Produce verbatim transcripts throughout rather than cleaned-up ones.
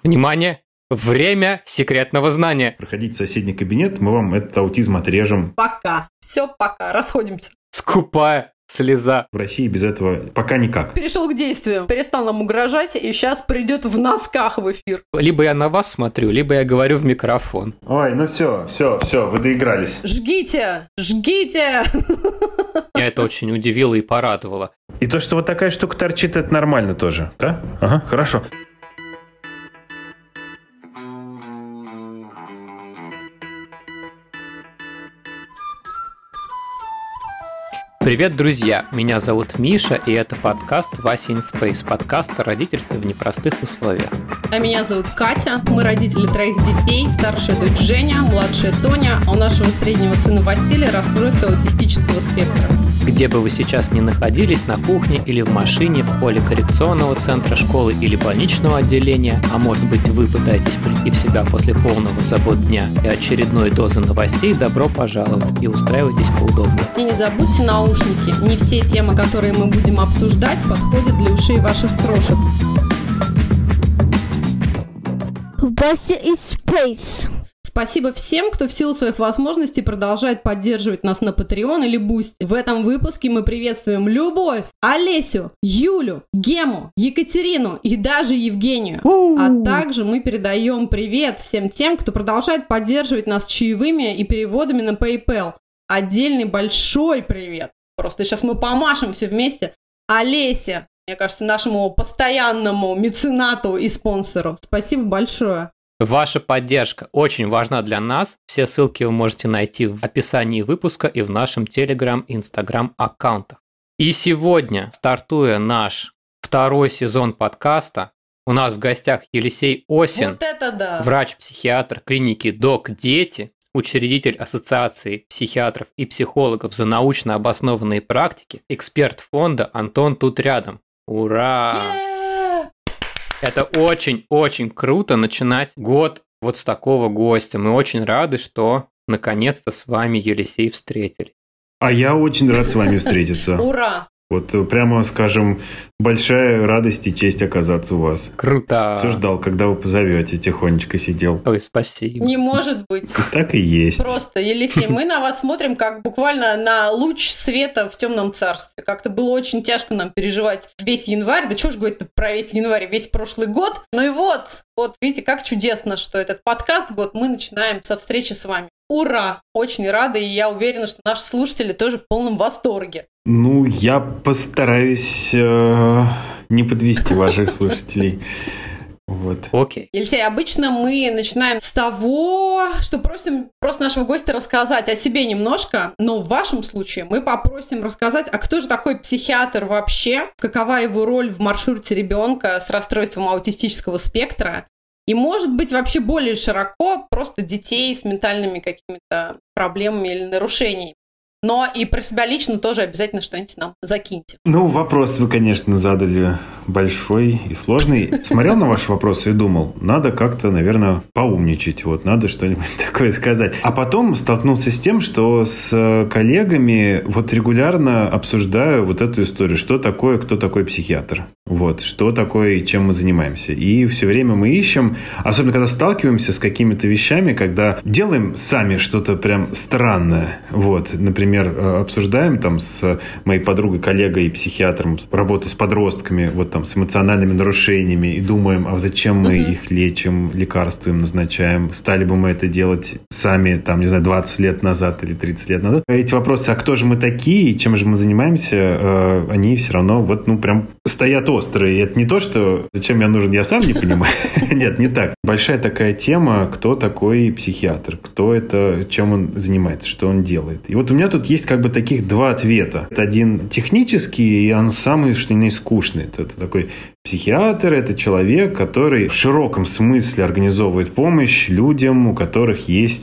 Внимание! Время секретного знания. Проходите в соседний кабинет, мы вам этот аутизм отрежем. Пока. Все, пока. Расходимся. Скупая слеза. В России без этого пока никак. Перешел к действию. Перестал нам угрожать, и сейчас придет в носках в эфир. Либо я на вас смотрю, либо я говорю в микрофон. Ой, ну все, все, все, вы доигрались. Жгите! Жгите! Меня это очень удивило и порадовало. И то, что вот такая штука торчит, это нормально тоже, да? Ага, хорошо. Привет, друзья! Меня зовут Миша, и это подкаст «Вася in Space», подкаст о родительстве в непростых условиях. А меня зовут Катя, мы родители троих детей, старшая дочь Женя, младшая Тоня, а у нашего среднего сына Василия расстройство аутистического спектра. Где бы вы сейчас ни находились, на кухне или в машине, в холле коррекционного центра, школы или больничного отделения, а может быть вы пытаетесь прийти в себя после полного забот дня и очередной дозы новостей, добро пожаловать и устраивайтесь поудобнее. И не забудьте наушники, не все темы, которые мы будем обсуждать, подходят для ушей ваших крошек. Вася in Space. Спасибо всем, кто в силу своих возможностей продолжает поддерживать нас на Patreon или Boosty. В этом выпуске мы приветствуем Любовь, Олесю, Юлю, Гему, Екатерину и даже Евгению. У-у-у. А также мы передаем привет всем тем, кто продолжает поддерживать нас чаевыми и переводами на PayPal. Отдельный большой привет. Просто сейчас мы помашем все вместе. Олесе, мне кажется, нашему постоянному меценату и спонсору. Спасибо большое. Ваша поддержка очень важна для нас. Все ссылки вы можете найти в описании выпуска и в нашем Telegram и Instagram аккаунтах. И сегодня, стартуя наш второй сезон подкаста, у нас в гостях Елисей Осин, вот это да. врач-психиатр клиники Док Дети, учредитель Ассоциации психиатров и психологов за научно обоснованные практики, эксперт фонда «Антон тут рядом». Ура! Yeah! Это очень-очень круто начинать год вот с такого гостя. Мы очень рады, что наконец-то с вами, Елисей, встретились. А я очень рад с вами встретиться. Ура! Вот прямо, скажем, большая радость и честь оказаться у вас. Круто! Все ждал, когда вы позовете, тихонечко сидел. Ой, спасибо. Не может быть. Так и есть. Просто, Елисей, мы на вас смотрим как буквально на луч света в темном царстве. Как-то было очень тяжко нам переживать весь январь. Да что ж говорить про весь январь, весь прошлый год. Ну и вот, вот видите, как чудесно, что этот подкаст год мы начинаем со встречи с вами. Ура! Очень рада, и я уверена, что наши слушатели тоже в полном восторге. Ну, я постараюсь э, не подвести ваших слушателей. Вот. Окей. Елисей, обычно мы начинаем с того, что просим просто нашего гостя рассказать о себе немножко, но в вашем случае мы попросим рассказать, а кто же такой психиатр вообще, какова его роль в маршруте ребенка с расстройством аутистического спектра, и, может быть, вообще более широко просто детей с ментальными какими-то проблемами или нарушениями. Но и про себя лично тоже обязательно что-нибудь нам закиньте. Ну, вопрос вы, конечно, задали большой и сложный. Смотрел на ваши вопросы и думал, надо как-то, наверное, поумничать. Вот, надо что-нибудь такое сказать. А потом столкнулся с тем, что с коллегами вот регулярно обсуждаю вот эту историю. Что такое, кто такой психиатр? Вот, что такое и чем мы занимаемся. И все время мы ищем, особенно когда сталкиваемся с какими-то вещами, когда делаем сами что-то прям странное. Вот, например, обсуждаем там с моей подругой, коллегой и психиатром работу с подростками, вот там с эмоциональными нарушениями, и думаем, а зачем мы uh-huh. их лечим, лекарства им назначаем, стали бы мы это делать сами, там, не знаю, двадцать лет назад или тридцать лет назад. Эти вопросы, а кто же мы такие, чем же мы занимаемся, э, они все равно вот, ну, прям стоят острые. И это не то, что зачем я нужен, я сам не понимаю. Нет, не так. Большая такая тема, кто такой психиатр, кто это, чем он занимается, что он делает. И вот у меня тут есть как бы таких два ответа. Это один технический, и он самый, что ни скучный. Это, это такой психиатр, это человек, который в широком смысле организовывает помощь людям, у которых есть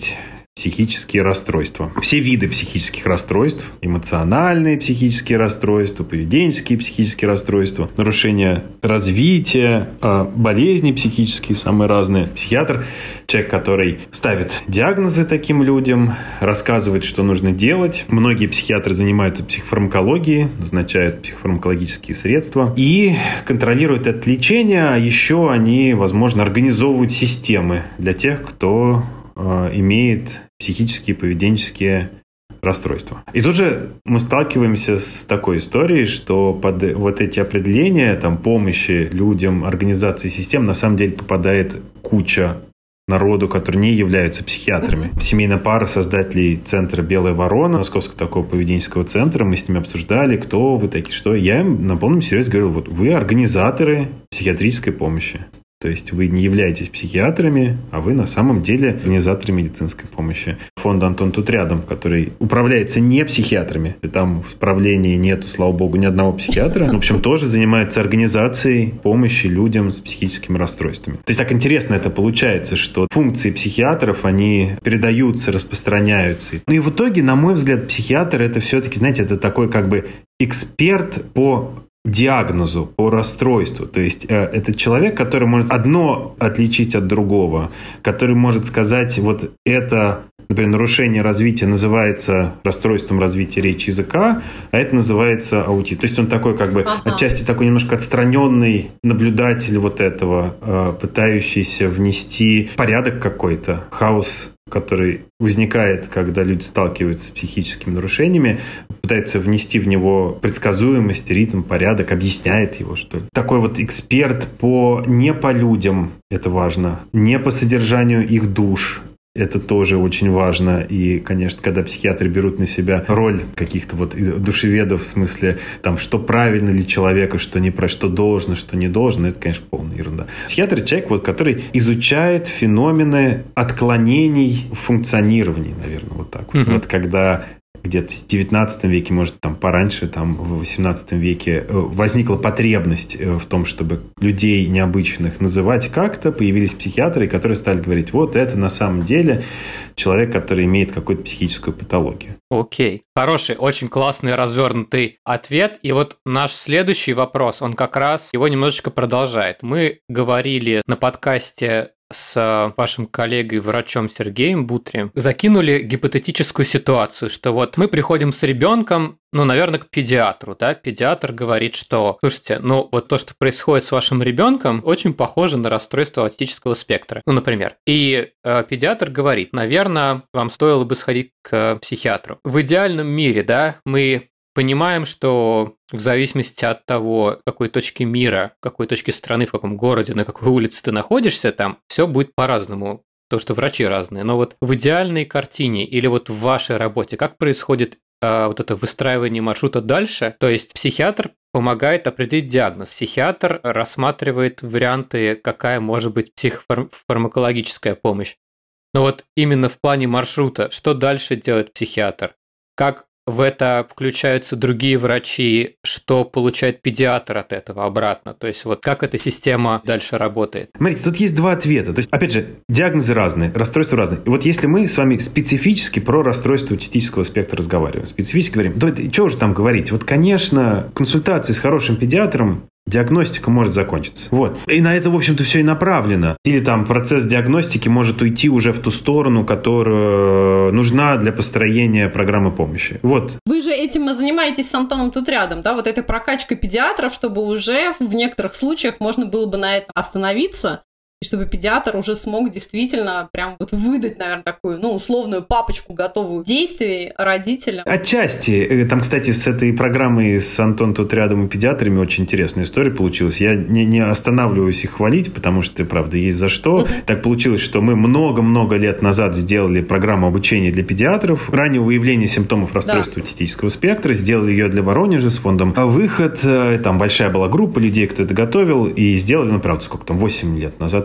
психические расстройства. Все виды психических расстройств, эмоциональные психические расстройства, поведенческие психические расстройства, нарушения развития, болезни психические, самые разные. Психиатр – человек, который ставит диагнозы таким людям, рассказывает, что нужно делать. Многие психиатры занимаются психофармакологией, назначают психофармакологические средства и контролируют это лечение, а еще они, возможно, организовывают системы для тех, кто имеет психические и поведенческие расстройства. И тут же мы сталкиваемся с такой историей, что под вот эти определения там, помощи людям, организации систем на самом деле попадает куча народу, которые не являются психиатрами. Семейная пара создателей центра «Белая ворона», московского такого поведенческого центра, мы с ними обсуждали, кто вы такие, что. Я им на полном серьезе говорил, вот вы организаторы психиатрической помощи. То есть вы не являетесь психиатрами, а вы на самом деле организаторы медицинской помощи. Фонд «Антон тут рядом», который управляется не психиатрами. И там в правлении нету, слава богу, ни одного психиатра. В общем, тоже занимается организацией помощи людям с психическими расстройствами. То есть так интересно это получается, что функции психиатров, они передаются, распространяются. Ну и в итоге, на мой взгляд, психиатр это все-таки, знаете, это такой как бы эксперт по диагнозу, по расстройству. То есть э, это человек, который может одно отличить от другого, который может сказать, вот это, например, нарушение развития называется расстройством развития речи языка, а это называется аутизм. То есть он такой как бы ага. отчасти такой немножко отстраненный наблюдатель вот этого, э, пытающийся внести порядок какой-то, хаос, который возникает, когда люди сталкиваются с психическими нарушениями, пытается внести в него предсказуемость, ритм, порядок, объясняет его, что ли. Такой вот эксперт по не по людям, это важно, не по содержанию их душ. Это тоже очень важно. И, конечно, когда психиатры берут на себя роль каких-то вот душеведов, в смысле, там, что правильно ли человека, что не про что должно, что не должно, это, конечно, полная ерунда. Психиатр — человек, вот, который изучает феномены отклонений в функционировании, наверное, вот так. Mm-hmm. Вот когда где-то в девятнадцатом веке, может, там пораньше, там в восемнадцатом веке возникла потребность в том, чтобы людей необычных называть как-то, появились психиатры, которые стали говорить, вот это на самом деле человек, который имеет какую-то психическую патологию. Окей. Хороший, очень классный развернутый ответ. И вот наш следующий вопрос, он как раз его немножечко продолжает. Мы говорили на подкасте с вашим коллегой, врачом Сергеем Бутрием, закинули гипотетическую ситуацию, что вот мы приходим с ребенком, ну, наверное, к педиатру, да, педиатр говорит, что, слушайте, ну, вот то, что происходит с вашим ребенком, очень похоже на расстройство аутистического спектра, ну, например. И э, педиатр говорит, наверное, вам стоило бы сходить к психиатру. В идеальном мире, да, мы понимаем, что в зависимости от того, в какой точке мира, в какой точке страны, в каком городе, на какой улице ты находишься, там все будет по-разному, потому что врачи разные. Но вот в идеальной картине или вот в вашей работе, как происходит э, вот это выстраивание маршрута дальше? То есть психиатр помогает определить диагноз, психиатр рассматривает варианты, какая может быть психофармакологическая помощь. Но вот именно в плане маршрута, что дальше делает психиатр? Как в это включаются другие врачи, что получает педиатр от этого обратно? То есть вот как эта система дальше работает? Смотрите, тут есть два ответа. То есть, опять же, диагнозы разные, расстройства разные. И вот если мы с вами специфически про расстройство аутистического спектра разговариваем, специфически говорим, то что уже там говорить? Вот, конечно, консультации с хорошим педиатром, диагностика может закончиться. Вот. И на это, в общем-то, все и направлено. Или там процесс диагностики может уйти уже в ту сторону, которая нужна для построения программы помощи. Вот. Вы же этим занимаетесь с Антоном тут рядом, да? Вот этой прокачкой педиатров, чтобы уже в некоторых случаях можно было бы на это остановиться, и чтобы педиатр уже смог действительно прям вот выдать, наверное, такую, ну, условную папочку готовую действий родителям. Отчасти. Там, кстати, с этой программой с Антоном тут рядом и педиатрами очень интересная история получилась. Я не, не останавливаюсь их хвалить, потому что, правда, есть за что. Uh-huh. Так получилось, что мы много-много лет назад сделали программу обучения для педиатров, раннего выявления симптомов расстройства да. аутистического спектра, сделали ее для Воронежа с фондом «Выход». Там большая была группа людей, кто это готовил, и сделали, ну, правда, сколько там, восемь лет назад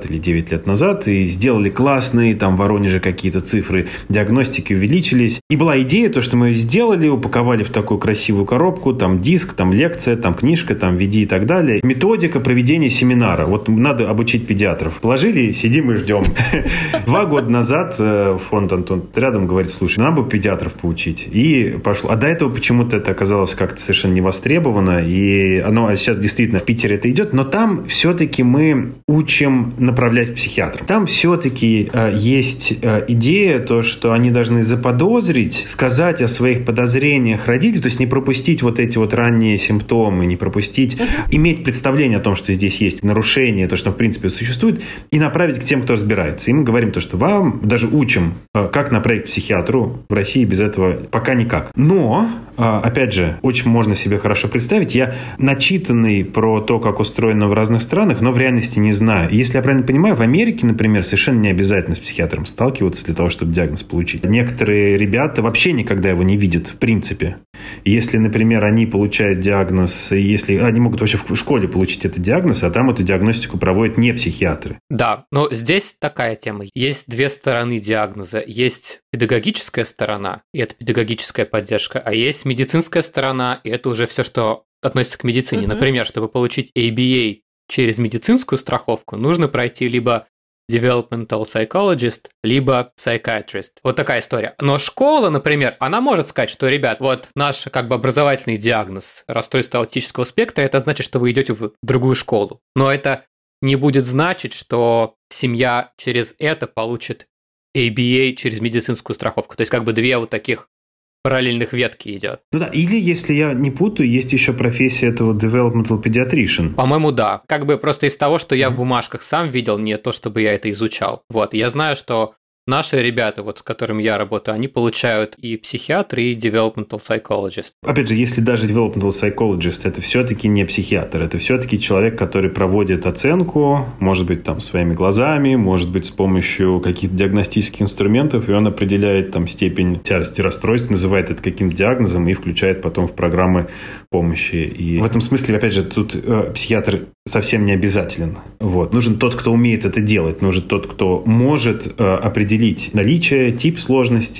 назад или девять лет назад, и сделали классные, там в Воронеже какие-то цифры диагностики увеличились. И была идея, то, что мы сделали, упаковали в такую красивую коробку, там диск, там лекция, там книжка, там веди и так далее. Методика проведения семинара. Вот надо обучить педиатров. Положили, сидим и ждем. Два года назад фонд Антон рядом говорит, слушай, надо бы педиатров поучить. И пошло. А до этого почему-то это оказалось как-то совершенно не востребовано. И оно сейчас действительно в Питере это идет. Но там все-таки мы учим направлять к психиатрам. Там все-таки э, есть э, идея, то, что они должны заподозрить, сказать о своих подозрениях родителям, то есть не пропустить вот эти вот ранние симптомы, не пропустить, uh-huh. иметь представление о том, что здесь есть нарушение, то, что в принципе существует, и направить к тем, кто разбирается. И мы говорим то, что вам даже учим, э, как направить к психиатру. В России без этого пока никак. Но, э, опять же, очень можно себе хорошо представить, я начитанный про то, как устроено в разных странах, но в реальности не знаю. Если я правильно понимаю, в Америке, например, совершенно не обязательно с психиатром сталкиваться для того, чтобы диагноз получить. Некоторые ребята вообще никогда его не видят, в принципе. Если, например, они получают диагноз, если они могут вообще в школе получить этот диагноз, а там эту диагностику проводят не психиатры. Да, но здесь такая тема. Есть две стороны диагноза. Есть педагогическая сторона, и это педагогическая поддержка, а есть медицинская сторона, и это уже все, что относится к медицине. Uh-huh. Например, чтобы получить эй би эй через медицинскую страховку, нужно пройти либо developmental psychologist, либо psychiatrist. Вот такая история. Но школа, например, она может сказать, что, ребят, вот наш как бы образовательный диагноз расстройства аутического спектра, это значит, что вы идете в другую школу. Но это не будет значить, что семья через это получит эй би эй через медицинскую страховку. То есть как бы две вот таких параллельных ветки идет. Ну да, или, если я не путаю, есть еще профессия этого developmental pediatrician. По-моему, да. Как бы просто из того, что я в бумажках сам видел, не то, чтобы я это изучал. Вот, я знаю, что наши ребята, вот с которыми я работаю, они получают и психиатр, и developmental psychologist. Опять же, если даже developmental psychologist, это все-таки не психиатр, это все-таки человек, который проводит оценку, может быть, там, своими глазами, может быть, с помощью каких-то диагностических инструментов, и он определяет там степень тяжести расстройств, называет это каким-то диагнозом и включает потом в программы помощи. И в этом смысле, опять же, тут э, психиатр совсем не обязателен. Вот. Нужен тот, кто умеет это делать, нужен тот, кто может э, определить наличие, тип сложности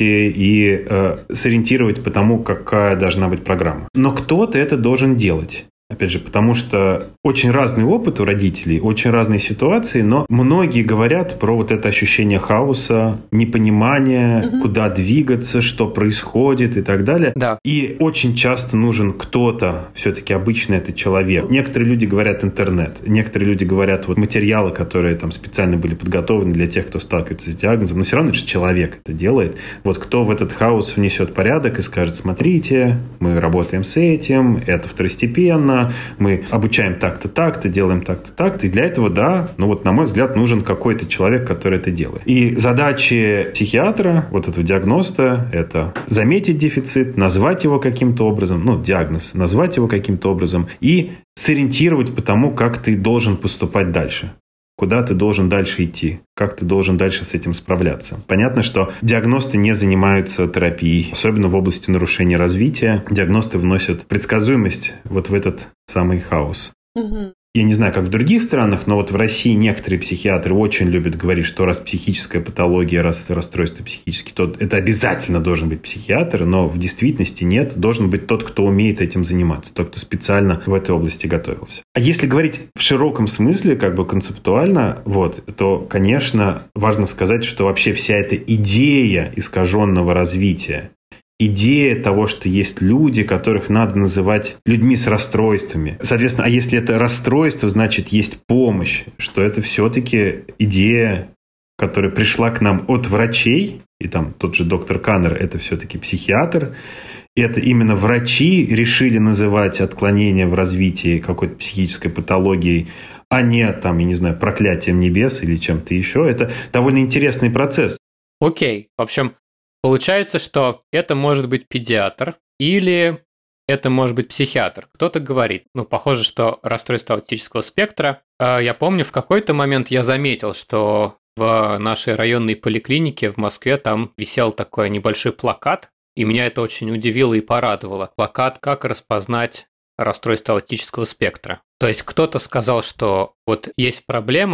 и э, сориентировать по тому, какая должна быть программа. Но кто-то это должен делать. Опять же, потому что очень разный опыт у родителей, очень разные ситуации, но многие говорят про вот это ощущение хаоса, непонимания, mm-hmm. куда двигаться, что происходит и так далее. Да. И очень часто нужен кто-то, все-таки обычно это человек. Некоторые люди говорят интернет, некоторые люди говорят вот материалы, которые там специально были подготовлены для тех, кто сталкивается с диагнозом, но все равно это же человек это делает. Вот кто в этот хаос внесет порядок и скажет, смотрите, мы работаем с этим, это второстепенно, мы обучаем так-то, так-то, делаем так-то, так-то. И для этого, да, ну вот, на мой взгляд, нужен какой-то человек, который это делает. И задачи психиатра, вот этого диагноста, это заметить дефицит, назвать его каким-то образом, ну, диагноз, назвать его каким-то образом и сориентировать по тому, как ты должен поступать дальше. Куда ты должен дальше идти, как ты должен дальше с этим справляться. Понятно, что диагносты не занимаются терапией, особенно в области нарушения развития. Диагносты вносят предсказуемость вот в этот самый хаос. Угу. Я не знаю, как в других странах, но вот в России некоторые психиатры очень любят говорить, что раз психическая патология, раз расстройство психические, то это обязательно должен быть психиатр, но в действительности нет. Должен быть тот, кто умеет этим заниматься, тот, кто специально в этой области готовился. А если говорить в широком смысле, как бы концептуально, вот, то, конечно, важно сказать, что вообще вся эта идея искаженного развития, идея того, что есть люди, которых надо называть людьми с расстройствами. Соответственно, а если это расстройство, значит, есть помощь, что это все-таки идея, которая пришла к нам от врачей, и там тот же доктор Каннер, это все-таки психиатр, и это именно врачи решили называть отклонение в развитии какой-то психической патологией, а не, там, я не знаю, проклятием небес или чем-то еще. Это довольно интересный процесс. Окей, в общем, получается, что это может быть педиатр или это может быть психиатр. Кто-то говорит, ну, похоже, что расстройство аутического спектра. Я помню, в какой-то момент я заметил, что в нашей районной поликлинике в Москве там висел такой небольшой плакат, и меня это очень удивило и порадовало. Плакат «Как распознать расстройство аутического спектра». То есть кто-то сказал, что вот есть проблема,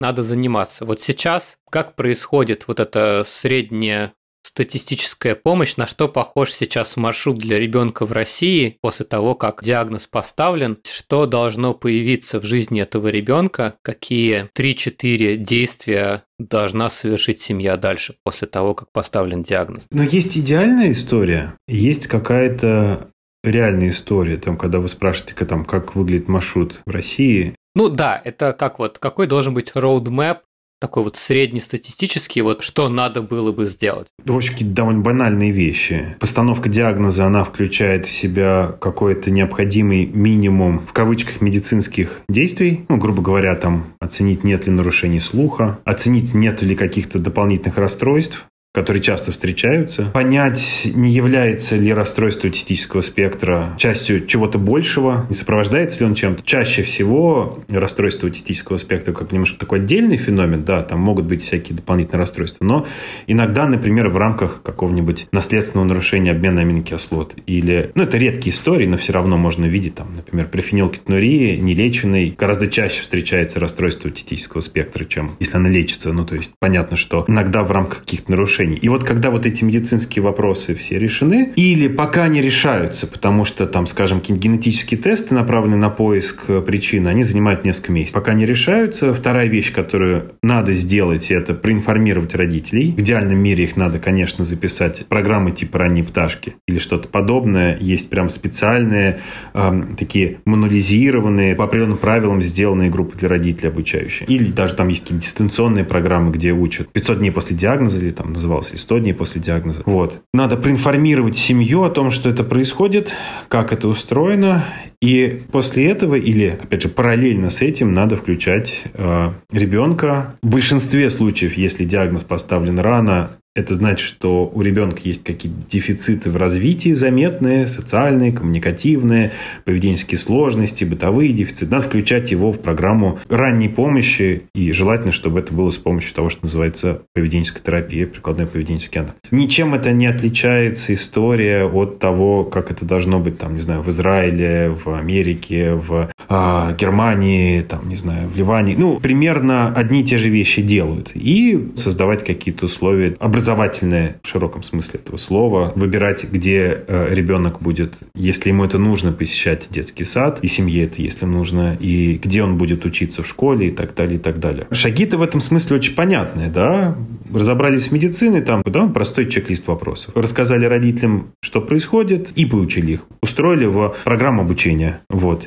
надо заниматься. Вот сейчас как происходит вот эта средняя статистическая помощь, на что похож сейчас маршрут для ребенка в России после того, как диагноз поставлен, что должно появиться в жизни этого ребенка, какие три-четыре действия должна совершить семья дальше после того, как поставлен диагноз. Но есть идеальная история, есть какая-то реальная история, там, когда вы спрашиваете, там, как выглядит маршрут в России. Ну да, это как вот, какой должен быть roadmap, такой вот среднестатистический, вот что надо было бы сделать? В общем, какие-то довольно банальные вещи. Постановка диагноза, она включает в себя какой-то необходимый минимум, в кавычках, медицинских действий. Ну, грубо говоря, там, оценить, нет ли нарушений слуха, оценить, нет ли каких-то дополнительных расстройств, которые часто встречаются. Понять, не является ли расстройство аутистического спектра частью чего-то большего, не сопровождается ли он чем-то. Чаще всего расстройство аутистического спектра как немножко такой отдельный феномен, да, там могут быть всякие дополнительные расстройства, но иногда, например, в рамках какого-нибудь наследственного нарушения обмена аминокислот или, ну, это редкие истории, но все равно можно видеть, там, например, при фенилкетонурии нелеченной гораздо чаще встречается расстройство аутистического спектра, чем если она лечится. Ну, то есть понятно, что иногда в рамках каких-то нарушений. И вот когда вот эти медицинские вопросы все решены, или пока не решаются, потому что там, скажем, какие-то генетические тесты, направленные на поиск причины, они занимают несколько месяцев. Пока не решаются, вторая вещь, которую надо сделать, это проинформировать родителей. В идеальном мире их надо, конечно, записать. Программы типа «Ранние пташки» или что-то подобное. Есть прям специальные, эм, такие мануализированные, по определенным правилам сделанные группы для родителей обучающие. Или даже там есть какие-то дистанционные программы, где учат пятьсот дней после диагноза, или там называется или сто дней после диагноза. Вот. Надо проинформировать семью о том, что это происходит, как это устроено. И после этого, или, опять же, параллельно с этим, надо включать э, ребенка. В большинстве случаев, если диагноз поставлен рано, это значит, что у ребенка есть какие-то дефициты в развитии заметные, социальные, коммуникативные, поведенческие сложности, бытовые дефициты. Надо включать его в программу ранней помощи, и желательно, чтобы это было с помощью того, что называется поведенческая терапия, прикладной поведенческий анализ. Ничем это не отличается история от того, как это должно быть, там, не знаю, в Израиле, в Америке, в э, Германии, там, не знаю, в Ливане. Ну, примерно одни и те же вещи делают. И создавать какие-то условия образовательные в широком смысле этого слова, выбирать, где э, ребенок будет, если ему это нужно, посещать детский сад, и семье это, если нужно, и где он будет учиться в школе, и так далее, и так далее. Шаги-то в этом смысле очень понятные, да? Разобрались с медициной, там, да, простой чек-лист вопросов. Рассказали родителям, что происходит, и поучили их. Устроили в программу обучения. Вот.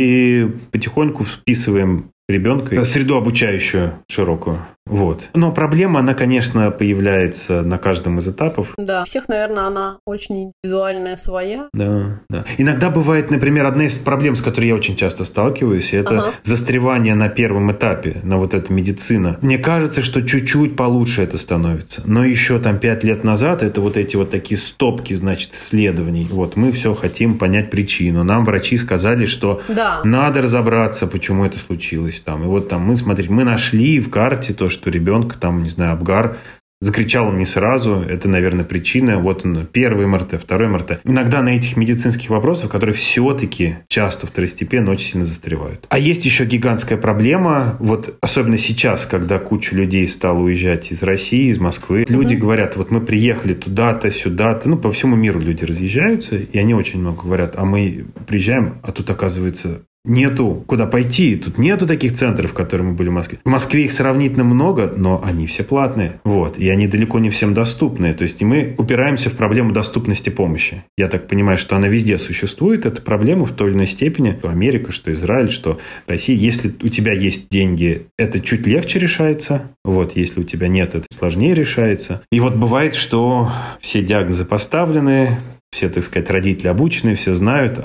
И потихоньку вписываем ребенка, среду обучающую широкую. Вот. Но проблема, она, конечно, появляется на каждом из этапов. Да, у всех, наверное, она очень индивидуальная, своя. Да, да. Иногда бывает, например, одна из проблем, с которой я очень часто сталкиваюсь, это ага. застревание на первом этапе, на вот эта медицина. Мне кажется, что чуть-чуть получше это становится. Но еще там пять лет назад это вот эти вот такие стопки, значит, исследований. Вот мы все хотим понять причину. Нам врачи сказали, что да. надо разобраться, почему это случилось. Там. И вот там мы, смотрите, мы нашли в карте то, что ребенка там, не знаю, Апгар, закричал он не сразу, это, наверное, причина. Вот он, первый эм эр тэ, второй эм эр тэ. Иногда на этих медицинских вопросах, которые все-таки часто второстепенно очень сильно застревают. А есть еще гигантская проблема, вот особенно сейчас, когда куча людей стала уезжать из России, из Москвы. Mm-hmm. Люди говорят, вот мы приехали туда-то, сюда-то, ну, по всему миру люди разъезжаются, и они очень много говорят, а мы приезжаем, а тут, оказывается, нету куда пойти. Тут нету таких центров, в которых мы были в Москве. В Москве их сравнительно много, но они все платные. Вот. И они далеко не всем доступны. То есть и мы упираемся в проблему доступности помощи. Я так понимаю, что она везде существует. Это проблема в той или иной степени. Что Америка, что Израиль, что Россия. Если у тебя есть деньги, это чуть легче решается. Вот. Если у тебя нет, это сложнее решается. И вот бывает, что все диагнозы поставлены, все, так сказать, родители обучены, все знают,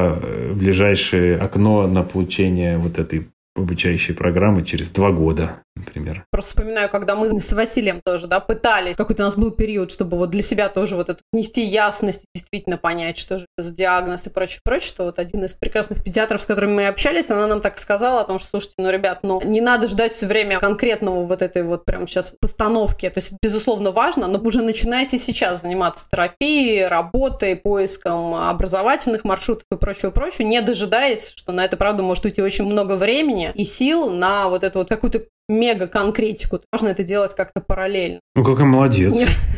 а ближайшее окно на получение вот этой обучающей программы через два года, например. Просто вспоминаю, когда мы с Василием тоже, да, пытались, какой-то у нас был период, чтобы вот для себя тоже вот это внести ясность, действительно понять, что же это за диагноз и прочее, прочее, что вот один из прекрасных педиатров, с которыми мы общались, она нам так сказала о том, что, слушайте, ну, ребят, ну, не надо ждать все время конкретного вот этой вот прямо сейчас постановки, то есть, безусловно, важно, но уже начинайте сейчас заниматься терапией, работой, поиском образовательных маршрутов и прочего, прочего, не дожидаясь, что на это, правда, может уйти очень много времени и сил на вот эту вот какую-то мега-конкретику, можно это делать как-то параллельно. Ну, какая молодец.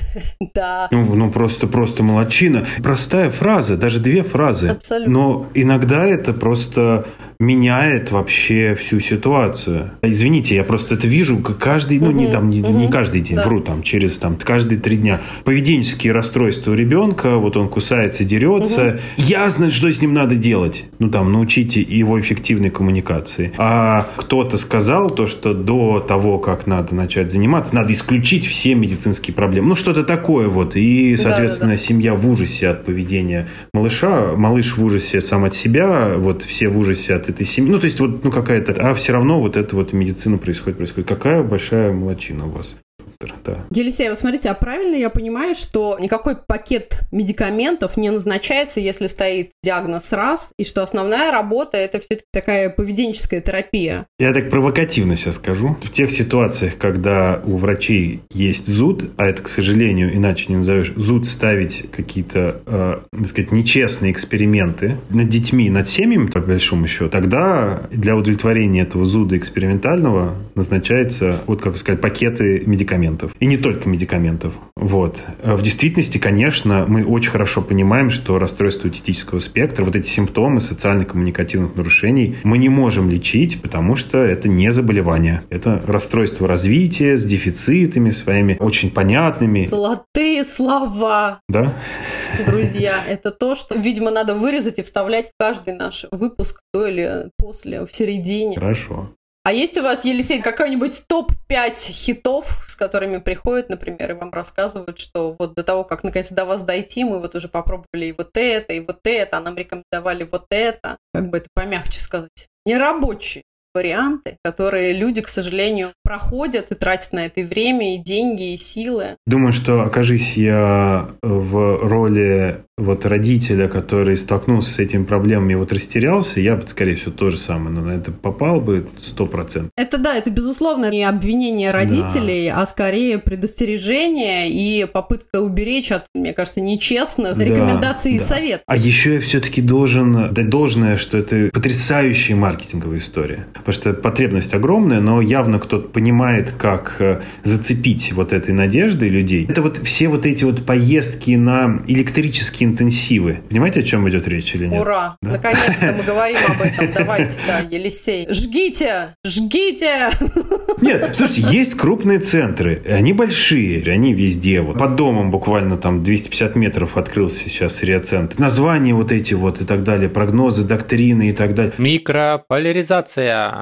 Да. Ну, ну просто, просто молодчина. Простая фраза, даже две фразы. Абсолютно. Но иногда это просто меняет вообще всю ситуацию. Извините, я просто это вижу каждый, ну, не, там, не, не каждый день, Да. вру, там, через там, каждые три дня. Поведенческие расстройства у ребенка, вот он кусается, дерется. Угу. Ясно, что с ним надо делать. Ну, там, научите его эффективной коммуникации. А кто-то сказал то, что до того, как надо начать заниматься, надо исключить все медицинские проблемы. Ну, что-то такое вот. И, соответственно, да, да, да. семья в ужасе от поведения малыша, малыш в ужасе сам от себя, вот все в ужасе от этой семьи. Ну, то есть, вот, ну, какая-то... А все равно вот это вот медицина происходит, происходит. Какая большая молодчина у вас. Да. Елисей, вы смотрите, а правильно я понимаю, что никакой пакет медикаментов не назначается, если стоит диагноз раз, и что основная работа – это все-таки такая поведенческая терапия? Я так провокативно сейчас скажу. В тех ситуациях, когда у врачей есть зуд, а это, к сожалению, иначе не назовешь, зуд ставить какие-то, э, так сказать, нечестные эксперименты над детьми, над семьями, по большому счету, тогда для удовлетворения этого зуда экспериментального назначается, вот как сказать, пакеты медикаментов. И не только медикаментов. Вот. В действительности, конечно, мы очень хорошо понимаем, что расстройство аутистического спектра, вот эти симптомы социально-коммуникативных нарушений мы не можем лечить, потому что это не заболевание. Это расстройство развития с дефицитами своими, очень понятными. Золотые слова. Да? Друзья, это то, что, видимо, надо вырезать и вставлять в каждый наш выпуск, до или после, в середине. Хорошо. А есть у вас, Елисей, какой-нибудь топ пять хитов, с которыми приходят, например, и вам рассказывают, что вот до того, как наконец до вас дойти, мы вот уже попробовали и вот это, и вот это, а нам рекомендовали вот это, как бы это помягче сказать, нерабочие варианты, которые люди, к сожалению, проходят и тратят на это и время, и деньги, и силы. Думаю, что окажись я в роли вот родителя, который столкнулся с этими проблемами и вот растерялся, я бы, скорее всего, то же самое, но на это попал бы сто процентов. Это да, это, безусловно, не обвинение родителей, да. а скорее предостережение и попытка уберечь от, мне кажется, нечестных да, рекомендаций да. и советов. А еще я все-таки должен дать должное, что это потрясающая маркетинговая история. Потому что потребность огромная, но явно кто-то понимает, как зацепить вот этой надеждой людей. Это вот все вот эти вот поездки на электрические интенсивы. Понимаете, о чем идет речь или нет? Ура! Да? Наконец-то мы говорим об этом. Давайте, да, Елисей. Жгите! Жгите! Нет, слушайте, есть крупные центры. Они большие, они везде. Вот. Под домом буквально там двести пятьдесят метров открылся сейчас реацентр. Названия вот эти вот и так далее, прогнозы, доктрины и так далее. Микрополяризация.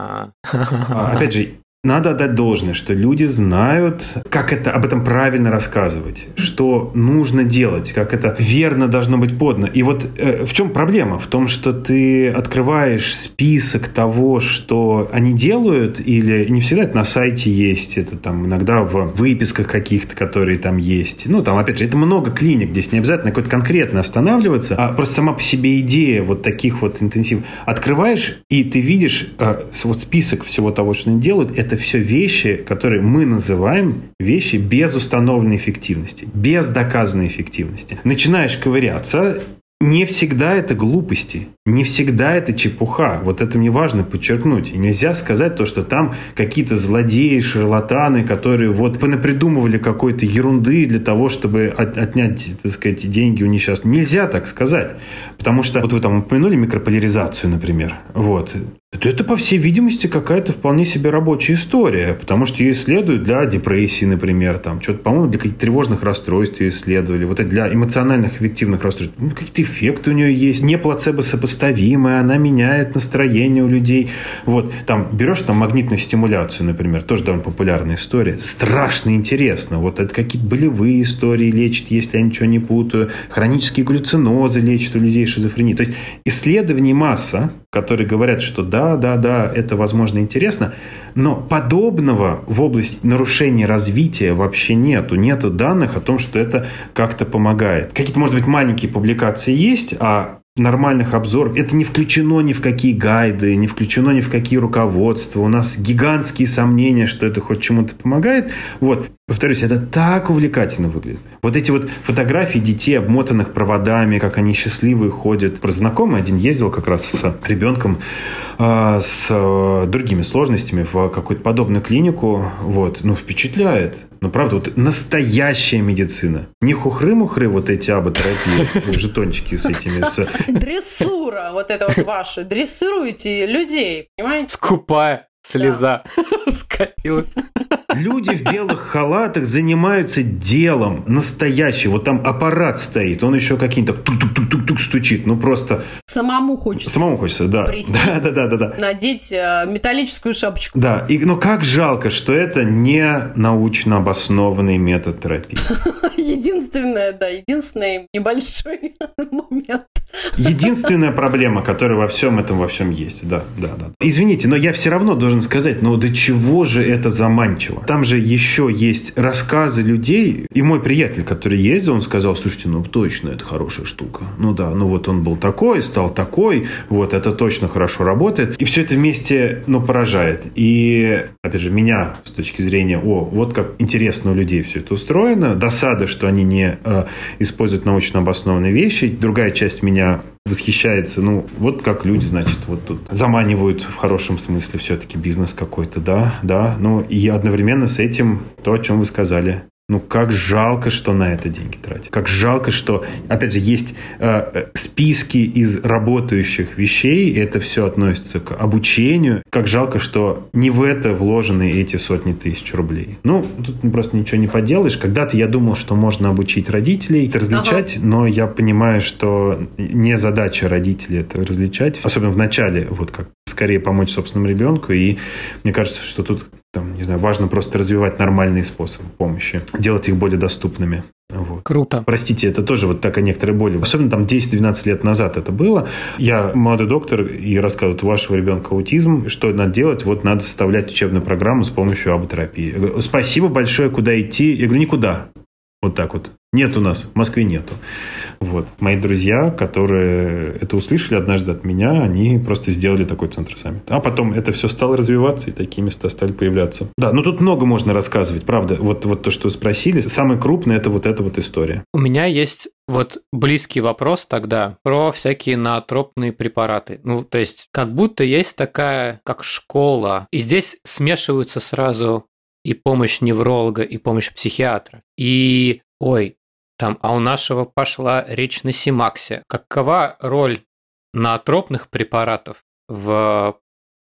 Опять же, надо отдать должное, что люди знают, как это, об этом правильно рассказывать, что нужно делать, как это верно должно быть подано. И вот э, в чем проблема? В том, что ты открываешь список того, что они делают, или не всегда это на сайте есть, это там иногда в выписках каких-то, которые там есть. Ну, там, опять же, это много клиник, здесь не обязательно какой-то конкретно останавливаться, а просто сама по себе идея вот таких вот интенсивов. Открываешь, и ты видишь э, вот список всего того, что они делают, это Это все вещи, которые мы называем вещи без установленной эффективности, без доказанной эффективности. Начинаешь ковыряться, не всегда это глупости, не всегда это чепуха. Вот это мне важно подчеркнуть. И нельзя сказать то, что там какие-то злодеи, шарлатаны, которые вот понапридумывали какой-то ерунды для того, чтобы от, отнять, так сказать, деньги у несчастных. Нельзя так сказать. Потому что, вот вы там упомянули микрополяризацию, например. Вот. Это, по всей видимости, какая-то вполне себе рабочая история, потому что ее исследуют для депрессии, например, там, что-то, по-моему, для каких-то тревожных расстройств ее исследовали, вот это для эмоциональных эффективных расстройств. Ну, какие-то эффекты у нее есть, не плацебо-сопоставимые, она меняет настроение у людей. Вот, там, берешь там магнитную стимуляцию, например, тоже довольно популярная история, страшно интересно, вот это какие-то болевые истории лечит, если я ничего не путаю, хронические галлюцинозы лечат у людей шизофрении. То есть исследований масса, которые говорят, что да, да, да, это, возможно, интересно, но подобного в области нарушения развития вообще нету. Нету данных о том, что это как-то помогает. Какие-то, может быть, маленькие публикации есть, а нормальных обзоров. Это не включено ни в какие гайды, не включено ни в какие руководства. У нас гигантские сомнения, что это хоть чему-то помогает. Вот. Повторюсь, это так увлекательно выглядит. Вот эти вот фотографии детей, обмотанных проводами, как они счастливые ходят. Про знакомый один ездил как раз с ребенком э, с э, другими сложностями в какую-то подобную клинику. Вот. Ну, впечатляет. Ну, правда, вот настоящая медицина. Не хухры-мухры, вот эти аботерапии, жетончики с этими. С... Дрессура, вот это вот ваше. Дрессируете людей, понимаете? Скупая слеза да. скатилась. Люди в белых халатах занимаются делом настоящим. Вот там аппарат стоит, он еще какие-то тук-тук-тук-тук стучит. Ну просто... Самому хочется. Самому хочется, да. Да, да, да, да, да. Надеть э, металлическую шапочку. Да, и, но как жалко, что это не научно обоснованный метод терапии. Единственное, да, единственный небольшой момент. Единственная проблема, которая во всем этом, во всем есть. Да, да, да. Извините, но я все равно должен сказать, ну до чего же это заманчиво? Там же еще есть рассказы людей. И мой приятель, который ездил, он сказал, слушайте, ну точно, это хорошая штука. Ну да, ну вот он был такой, стал такой, вот это точно хорошо работает. И все это вместе, ну, поражает. И, опять же, меня с точки зрения, о, вот как интересно у людей все это устроено. Досада, что они не э, используют научно обоснованные вещи. Другая часть меня восхищается, ну, вот как люди, значит, вот тут заманивают в хорошем смысле все-таки бизнес какой-то, да, да, ну, и одновременно с этим то, о чем вы сказали. Ну, как жалко, что на это деньги тратят. Как жалко, что, опять же, есть э, списки из работающих вещей, и это все относится к обучению. Как жалко, что не в это вложены эти сотни тысяч рублей. Ну, тут просто ничего не поделаешь. Когда-то я думал, что можно обучить родителей, это различать, ага. но я понимаю, что не задача родителей это различать. Особенно в начале, вот как скорее помочь собственному ребенку. И мне кажется, что тут там, не знаю, важно просто развивать нормальные способы помощи, делать их более доступными. Вот. Круто. Простите, это тоже вот такая некоторая боль. Особенно там десять-двенадцать лет назад это было. Я молодой доктор и рассказываю, у вашего ребенка аутизм, что надо делать? Вот надо составлять учебную программу с помощью аботерапии. Я говорю, спасибо большое, куда идти? Я говорю, никуда. Вот так вот. Нет у нас, в Москве нету. Вот. Мои друзья, которые это услышали однажды от меня, они просто сделали такой центр сами. А потом это все стало развиваться, и такие места стали появляться. Да, ну тут много можно рассказывать, правда. Вот, вот то, что вы спросили, самое крупное – это вот эта вот история. У меня есть вот близкий вопрос тогда про всякие ноотропные препараты. Ну, то есть, как будто есть такая, как школа, и здесь смешиваются сразу и помощь невролога, и помощь психиатра. И, ой, там, а у нашего пошла речь на Симаксе. Какова роль ноотропных препаратов в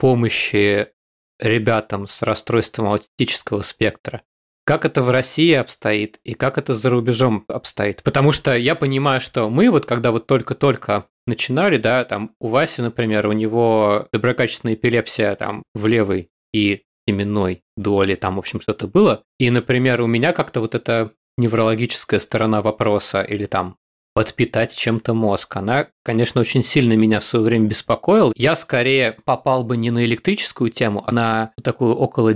помощи ребятам с расстройством аутистического спектра? Как это в России обстоит и как это за рубежом обстоит? Потому что я понимаю, что мы вот когда вот только-только начинали, да, там у Васи, например, у него доброкачественная эпилепсия там в левой и теменной доли, там, в общем, что-то было. И, например, у меня как-то вот эта неврологическая сторона вопроса или там подпитать чем-то мозг, она, конечно, очень сильно меня в свое время беспокоила. Я скорее попал бы не на электрическую тему, а на такую около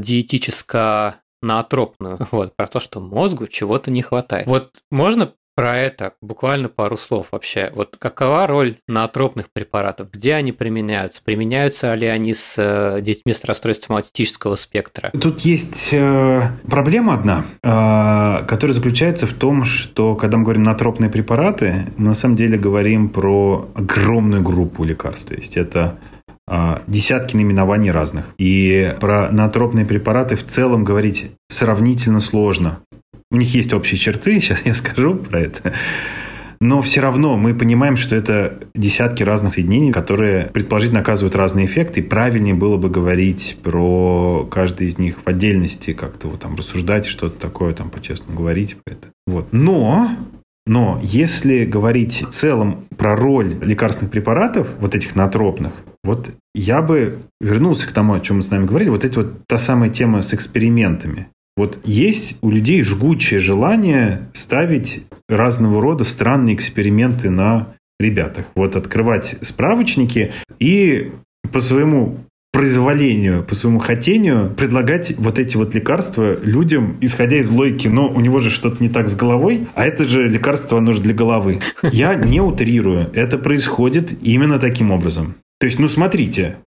диетическо-ноотропную. Вот, про то, что мозгу чего-то не хватает. Вот можно про это буквально пару слов вообще. Вот какова роль ноотропных препаратов? Где они применяются? Применяются ли они с детьми с расстройством аутистического спектра? Тут есть э, проблема одна, э, которая заключается в том, что когда мы говорим ноотропные препараты, мы на самом деле говорим про огромную группу лекарств. То есть это э, десятки наименований разных. И про ноотропные препараты в целом говорить сравнительно сложно. У них есть общие черты, сейчас я скажу про это. Но все равно мы понимаем, что это десятки разных соединений, которые предположительно оказывают разные эффекты. И правильнее было бы говорить про каждый из них в отдельности, как-то вот там рассуждать, что-то такое, там по-честному говорить про это. Вот. Но, но если говорить в целом про роль лекарственных препаратов, вот этих ноотропных, вот я бы вернулся к тому, о чем мы с вами говорили, вот это вот та самая тема с экспериментами. Вот есть у людей жгучее желание ставить разного рода странные эксперименты на ребятах. Вот открывать справочники и по своему произволению, по своему хотению предлагать вот эти вот лекарства людям, исходя из логики, но у него же что-то не так с головой, а это же лекарство, оно же для головы. Я не утрирую. Это происходит именно таким образом. То есть, ну смотрите,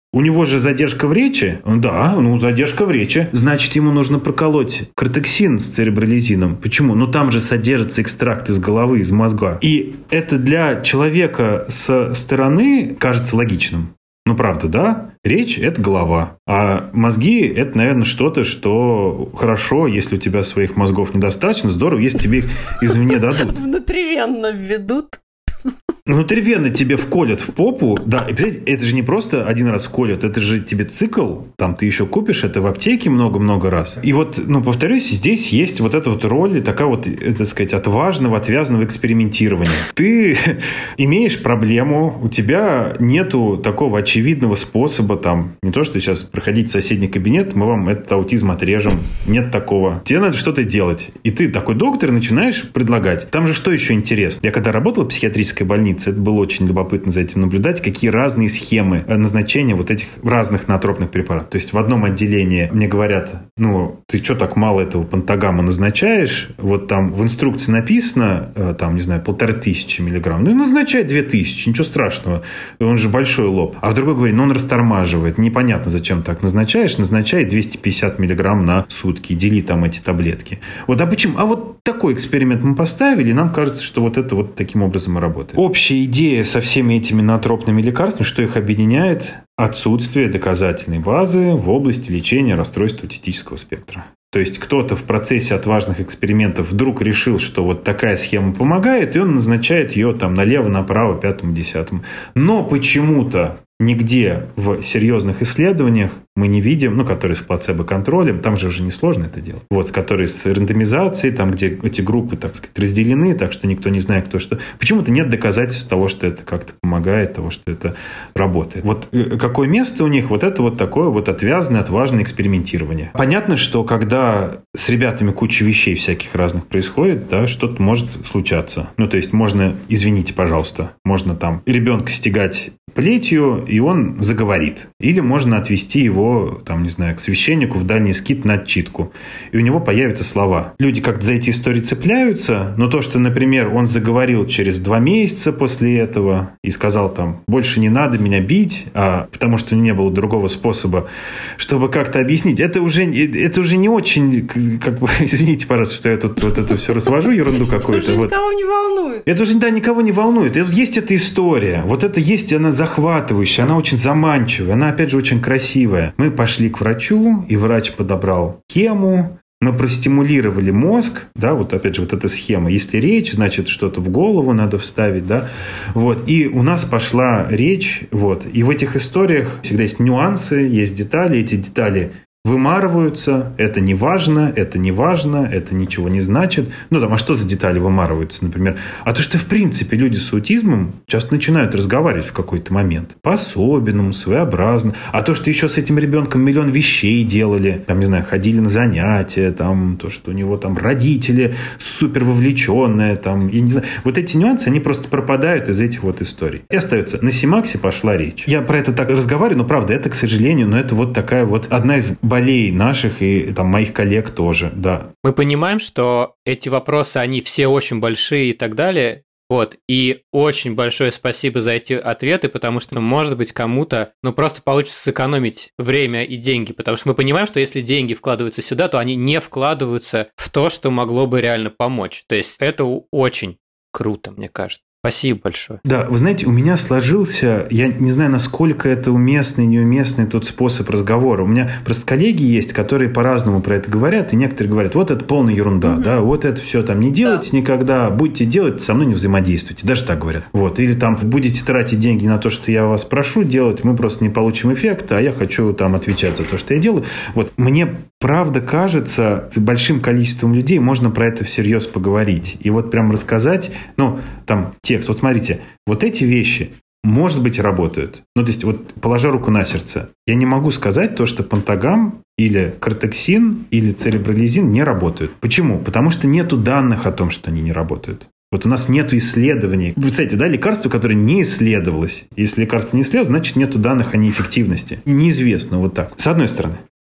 У него же задержка в речи. Да, ну задержка в речи. Значит, ему нужно проколоть кортексин с церебролизином. Почему? Ну там же содержится экстракт из головы, из мозга. И это для человека со стороны кажется логичным. Ну, правда, да? Речь – это голова. А мозги – это, наверное, что-то, что хорошо, если у тебя своих мозгов недостаточно. Здорово, если тебе их извне дадут. Внутривенно введут. Внутривенно тебе вколят в попу, да, и это же не просто один раз вколят, это же тебе цикл, там ты еще купишь это в аптеке много-много раз. И вот, ну, повторюсь, здесь есть вот эта вот роль, такая вот, так сказать, отважного, отвязного экспериментирования. Ты имеешь проблему, у тебя нету такого очевидного способа, там, не то, что сейчас проходить в соседний кабинет, мы вам этот аутизм отрежем, нет такого. Тебе надо что-то делать. И ты такой доктор начинаешь предлагать. Там же что еще интересно? Я когда работал в психиатрической больнице, это было очень любопытно за этим наблюдать, какие разные схемы назначения вот этих разных ноотропных препаратов. То есть в одном отделении мне говорят, ну, ты что так мало этого пантогамма назначаешь? Вот там в инструкции написано, там, не знаю, полторы тысячи миллиграмм. Ну, и назначай две тысячи, ничего страшного. Он же большой лоб. А в другой говорит, ну, он растормаживает. Непонятно, зачем так назначаешь. Назначай двести пятьдесят миллиграмм на сутки. Дели там эти таблетки. Вот, а почему? А вот такой эксперимент мы поставили, и нам кажется, что вот это вот таким образом и работает. Общая идея со всеми этими ноотропными лекарствами, что их объединяет, отсутствие доказательной базы в области лечения расстройств аутистического спектра. То есть кто-то в процессе отважных экспериментов вдруг решил, что вот такая схема помогает, и он назначает ее там налево, направо, пятому, десятому. Но почему-то нигде в серьезных исследованиях мы не видим, ну, которые с плацебо-контролем, там же уже несложно это делать, вот, которые с рандомизацией, там, где эти группы, так сказать, разделены, так что никто не знает, кто что. Почему-то нет доказательств того, что это как-то помогает, того, что это работает. Вот какое место у них? Вот это вот такое вот отвязное, отважное экспериментирование. Понятно, что когда с ребятами куча вещей всяких разных происходит, да, что-то может случаться. Ну, то есть можно, извините, пожалуйста, можно там ребенка стегать плетью, и он заговорит. Или можно отвести его, там, не знаю, к священнику в дальний скит на отчитку. И у него появятся слова. Люди как-то за эти истории цепляются, но то, что, например, он заговорил через два месяца после этого и сказал там, больше не надо меня бить, а, потому что не было другого способа, чтобы как-то объяснить, это уже, это уже не очень, как бы, извините, пожалуйста, что я тут вот это все развожу, ерунду какую-то. Это уже вот. никого не волнует. Это уже, да, никого не волнует. Это, есть эта история. Вот это есть, она захватывающая, она очень заманчивая, она, опять же, очень красивая. Мы пошли к врачу, и врач подобрал хему, мы простимулировали мозг, да, вот опять же вот эта схема. Если речь, значит что-то в голову надо вставить, да, вот. И у нас пошла речь, вот. И в этих историях всегда есть нюансы, есть детали, эти детали вымарываются, это не важно, это не важно, это ничего не значит. Ну, там, а что за детали вымарываются, например? А то, что, в принципе, люди с аутизмом часто начинают разговаривать в какой-то момент. По-особенному, своеобразно. А то, что еще с этим ребенком миллион вещей делали, там, не знаю, ходили на занятия, там, то, что у него там родители супер вовлеченные, там, я не знаю. Вот эти нюансы, они просто пропадают из этих вот историй. И остается, на Симаксе пошла речь. Я про это так разговариваю, но, правда, это, к сожалению, но это вот такая вот одна из болей наших и там моих коллег тоже, да. Мы понимаем, что эти вопросы, они все очень большие и так далее, вот, и очень большое спасибо за эти ответы, потому что, может быть, кому-то, ну, просто получится сэкономить время и деньги, потому что мы понимаем, что если деньги вкладываются сюда, то они не вкладываются в то, что могло бы реально помочь, то есть это очень круто, мне кажется. Спасибо большое. Да, вы знаете, у меня сложился, я не знаю, насколько это уместный, неуместный тот способ разговора. У меня просто коллеги есть, которые по-разному про это говорят, и некоторые говорят, вот это полная ерунда, угу. да, вот это все там не делайте да. никогда, будете делать, со мной не взаимодействуйте, даже так говорят. Вот, или там будете тратить деньги на то, что я вас прошу делать, мы просто не получим эффекта, а я хочу там отвечать за то, что я делаю. Вот, мне правда кажется, с большим количеством людей можно про это всерьез поговорить. И вот прям рассказать, ну, там, текст. Вот смотрите, вот эти вещи, может быть, работают. Ну, то есть, вот положа руку на сердце, я не могу сказать то, что пантогам или кортексин или церебролизин не работают. Почему? Потому что нету данных о том, что они не работают. Вот у нас нету исследований. Представляете, да, лекарство, которое не исследовалось. Если лекарство не исследовалось, значит, нету данных о неэффективности. Неизвестно вот так. С одной стороны.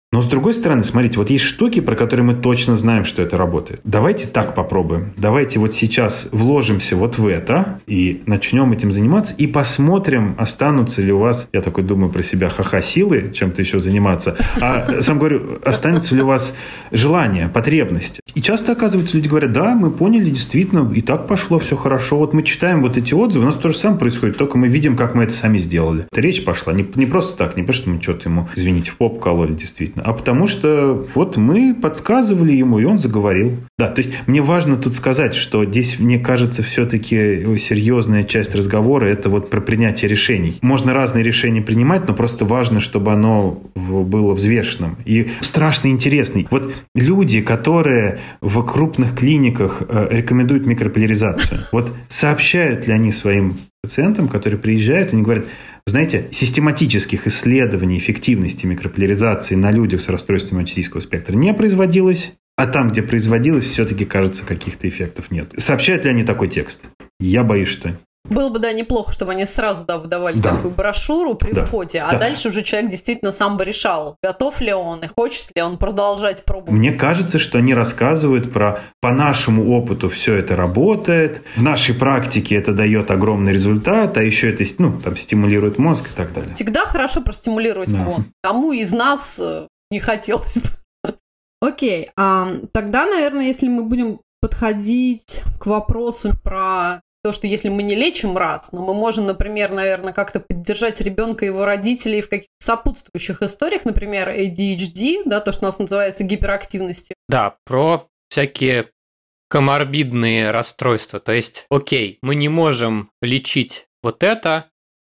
Но с другой стороны, смотрите, вот есть штуки, про которые мы точно знаем, что это работает. Давайте так попробуем. Давайте вот сейчас вложимся вот в это и начнем этим заниматься, и посмотрим, останутся ли у вас, я такой думаю про себя, ха-ха, силы чем-то еще заниматься, а сам говорю, останется ли у вас желание, потребность. И часто, оказывается, люди говорят, да, мы поняли, действительно, и так пошло, все хорошо. Вот мы читаем вот эти отзывы, у нас то же самое происходит, только мы видим, как мы это сами сделали. Это речь пошла не, не просто так, не потому что мы что-то ему, извините, в попу кололи, действительно, а потому что вот мы подсказывали ему, и он заговорил. Да, то есть мне важно тут сказать, что здесь, мне кажется, все-таки серьезная часть разговора – это вот про принятие решений. Можно разные решения принимать, но просто важно, чтобы оно было взвешенным. И страшно интересный. Вот люди, которые в крупных клиниках рекомендуют микрополяризацию, вот сообщают ли они своим пациентам, которые приезжают, они говорят, знаете, систематических исследований эффективности микрополяризации на людях с расстройством аутистического спектра не производилось, а там, где производилось, все-таки, кажется, каких-то эффектов нет. Сообщают ли они такой текст? Я боюсь, что... Было бы, да, неплохо, чтобы они сразу, да, выдавали да. такую брошюру при да. входе, а да. дальше уже человек действительно сам бы решал, готов ли он и хочет ли он продолжать пробовать. Мне кажется, что они рассказывают про, по нашему опыту все это работает, в нашей практике это дает огромный результат, а еще это, ну, там, стимулирует мозг и так далее. Всегда хорошо простимулировать да. мозг. Кому из нас не хотелось бы. Окей, а тогда, наверное, если мы будем подходить к вопросу про... То, что если мы не лечим раз, но мы можем, например, наверное, как-то поддержать ребенка и его родителей в каких-то сопутствующих историях, например, эй ди эйч ди, да, то, что у нас называется гиперактивностью. Да, про всякие коморбидные расстройства. То есть, окей, мы не можем лечить вот это,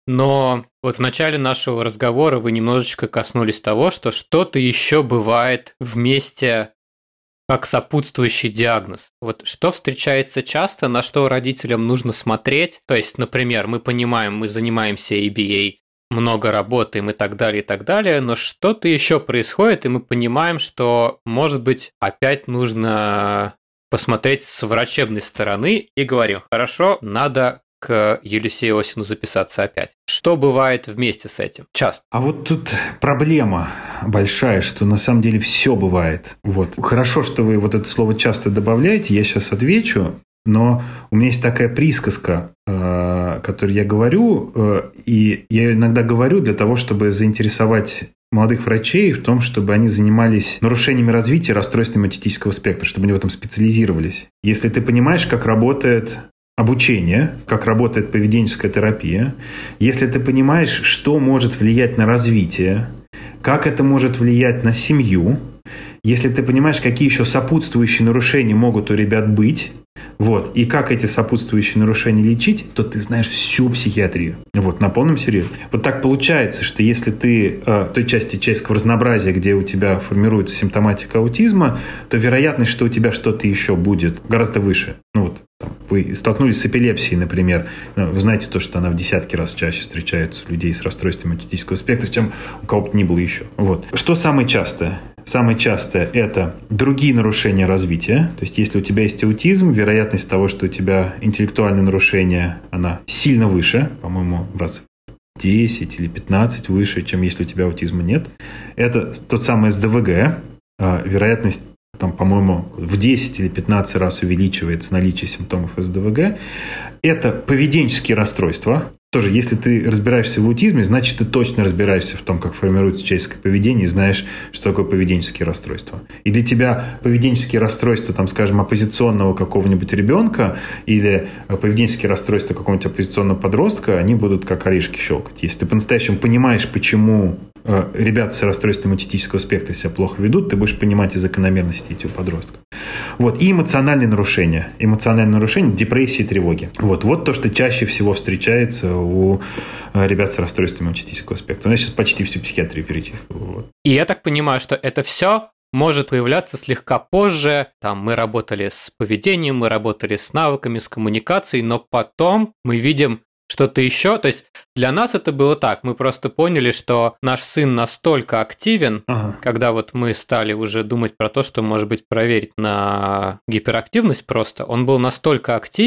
но вот в начале нашего разговора вы немножечко коснулись того, что что-то еще бывает вместе как сопутствующий диагноз. Вот что встречается часто, на что родителям нужно смотреть. То есть, например, мы понимаем, мы занимаемся эй би эй, много работаем и так далее, и так далее, но что-то еще происходит, и мы понимаем, что, может быть, опять нужно посмотреть с врачебной стороны и говорим, хорошо, надо к Елисею Осину записаться опять. Что бывает вместе с этим? Часто. А вот тут проблема большая, что на самом деле все бывает. Вот. Хорошо, что вы вот это слово часто добавляете, я сейчас отвечу, но у меня есть такая присказка, которую я говорю, и я иногда говорю для того, чтобы заинтересовать молодых врачей в том, чтобы они занимались нарушениями развития, расстройствами аутистического спектра, чтобы они в этом специализировались. Если ты понимаешь, как работает обучение, как работает поведенческая терапия, если ты понимаешь, что может влиять на развитие, как это может влиять на семью, если ты понимаешь, какие еще сопутствующие нарушения могут у ребят быть, вот, и как эти сопутствующие нарушения лечить, то ты знаешь всю психиатрию. Вот, на полном серьезе. Вот так получается, что если ты э, той части человеческого разнообразия, где у тебя формируется симптоматика аутизма, то вероятность, что у тебя что-то еще будет, гораздо выше. Ну вот, там, вы столкнулись с эпилепсией, например. Вы знаете то, что она в десятки раз чаще встречается у людей с расстройством аутистического спектра, чем у кого-то ни было еще. Вот. Что самое частое? Самое частое – это другие нарушения развития. То есть, если у тебя есть аутизм, вероятность того, что у тебя интеллектуальное нарушение, она сильно выше, по-моему, раз в десять или пятнадцать выше, чем если у тебя аутизма нет. Это тот самый эс дэ вэ гэ. Вероятность, там, по-моему, в десять или пятнадцать раз увеличивается наличие симптомов эс дэ вэ гэ. Это поведенческие расстройства. Тоже, если ты разбираешься в аутизме, значит, ты точно разбираешься в том, как формируется человеческое поведение, и знаешь, что такое поведенческие расстройства. И для тебя поведенческие расстройства, там, скажем, оппозиционного какого-нибудь ребенка или поведенческие расстройства какого-нибудь оппозиционного подростка, они будут как орешки щелкать. Если ты по-настоящему понимаешь, почему ребята с расстройством аутистического спектра себя плохо ведут, ты будешь понимать и закономерности этих подростков. Вот. И эмоциональные нарушения. Эмоциональные нарушения, депрессии, тревоги. Вот. Вот то, что чаще всего встречается у ребят с расстройством аутистического спектра. Я сейчас почти всю психиатрию перечислил. Вот. И я так понимаю, что это все может появляться слегка позже. Там мы работали с поведением, мы работали с навыками, с коммуникацией, но потом мы видим что-то еще. То есть для нас это было так. Мы просто поняли, что наш сын настолько активен, ага. когда вот мы стали уже думать про то, что, может быть, проверить на гиперактивность просто. Он был настолько активен,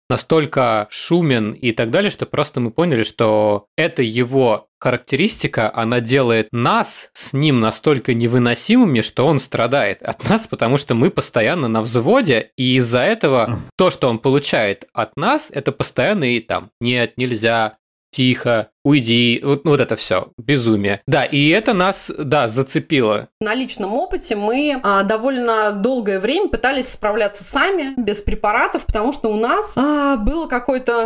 настолько шумен и так далее, что просто мы поняли, что это его характеристика, она делает нас с ним настолько невыносимыми, что он страдает от нас, потому что мы постоянно на взводе, и из-за этого то, что он получает от нас, это постоянно и там «нет, нельзя», «тихо», «уйди», вот, вот это все, безумие. Да, и это нас, да, зацепило. На личном опыте мы а, довольно долгое время пытались справляться сами, без препаратов, потому что у нас а, было какое-то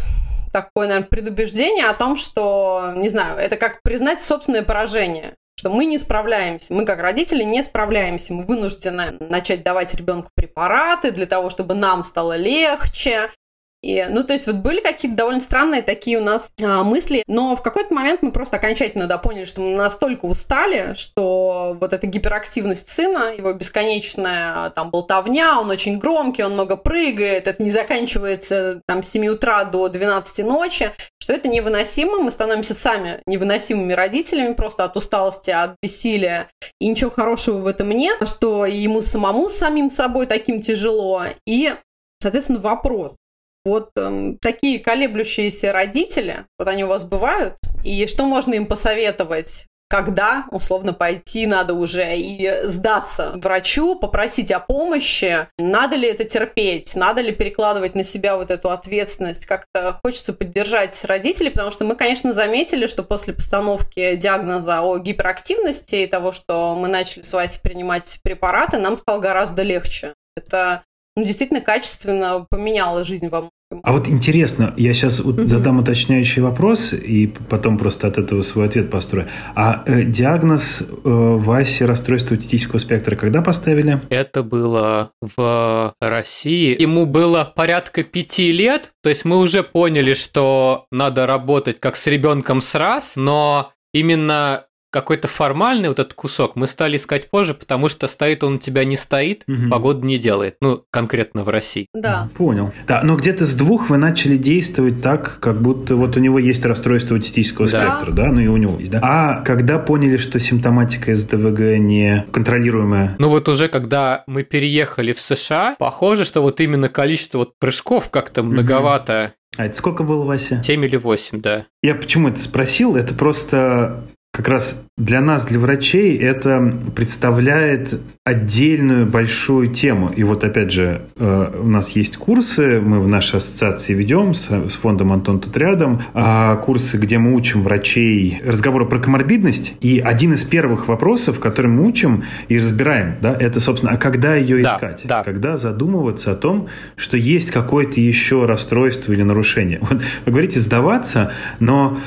такое, наверное, предубеждение о том, что, не знаю, это как признать собственное поражение, что мы не справляемся, мы как родители не справляемся, мы вынуждены начать давать ребенку препараты для того, чтобы нам стало легче. И, ну, то есть вот были какие-то довольно странные такие у нас а, мысли, но в какой-то момент мы просто окончательно да, поняли, что мы настолько устали, что вот эта гиперактивность сына, его бесконечная там болтовня, он очень громкий, он много прыгает, это не заканчивается там с семи утра до двенадцати ночи, что это невыносимо, мы становимся сами невыносимыми родителями просто от усталости, от бессилия, и ничего хорошего в этом нет, что ему самому с самим собой таким тяжело, и, соответственно, вопрос. Вот э, такие колеблющиеся родители, вот они у вас бывают, и что можно им посоветовать, когда, условно, пойти надо уже и сдаться врачу, попросить о помощи, надо ли это терпеть, надо ли перекладывать на себя вот эту ответственность, как-то хочется поддержать родителей, потому что мы, конечно, заметили, что после постановки диагноза о гиперактивности и того, что мы начали с Васей принимать препараты, нам стало гораздо легче. Это ну, действительно качественно поменяло жизнь во многом. А вот интересно, я сейчас mm-hmm. задам уточняющий вопрос и потом просто от этого свой ответ построю. А э, диагноз э, Васе расстройства аутистического спектра когда поставили? Это было в России. Ему было порядка пяти лет, то есть мы уже поняли, что надо работать как с ребенком с раз, но именно какой-то формальный вот этот кусок мы стали искать позже, потому что стоит он у тебя не стоит, угу. погода не делает. Ну, конкретно в России. Да. Понял. Да, но где-то с двух вы начали действовать так, как будто вот у него есть расстройство аутистического да. спектра, да, ну и у него есть, да. А когда поняли, что симптоматика эс дэ вэ гэ не контролируемая? Ну вот уже когда мы переехали в США, похоже, что вот именно количество вот прыжков как-то угу. многовато. А это сколько было, Вася? семь или восемь, да. Я почему это спросил? Это просто... Как раз для нас, для врачей, это представляет отдельную большую тему. И вот опять же, у нас есть курсы, мы в нашей ассоциации ведем с фондом «Антон тут рядом», курсы, где мы учим врачей разговоры про коморбидность. И один из первых вопросов, который мы учим и разбираем, да, это, собственно, а когда ее да, искать? Да. Когда задумываться о том, что есть какое-то еще расстройство или нарушение. Вот вы говорите «сдаваться», но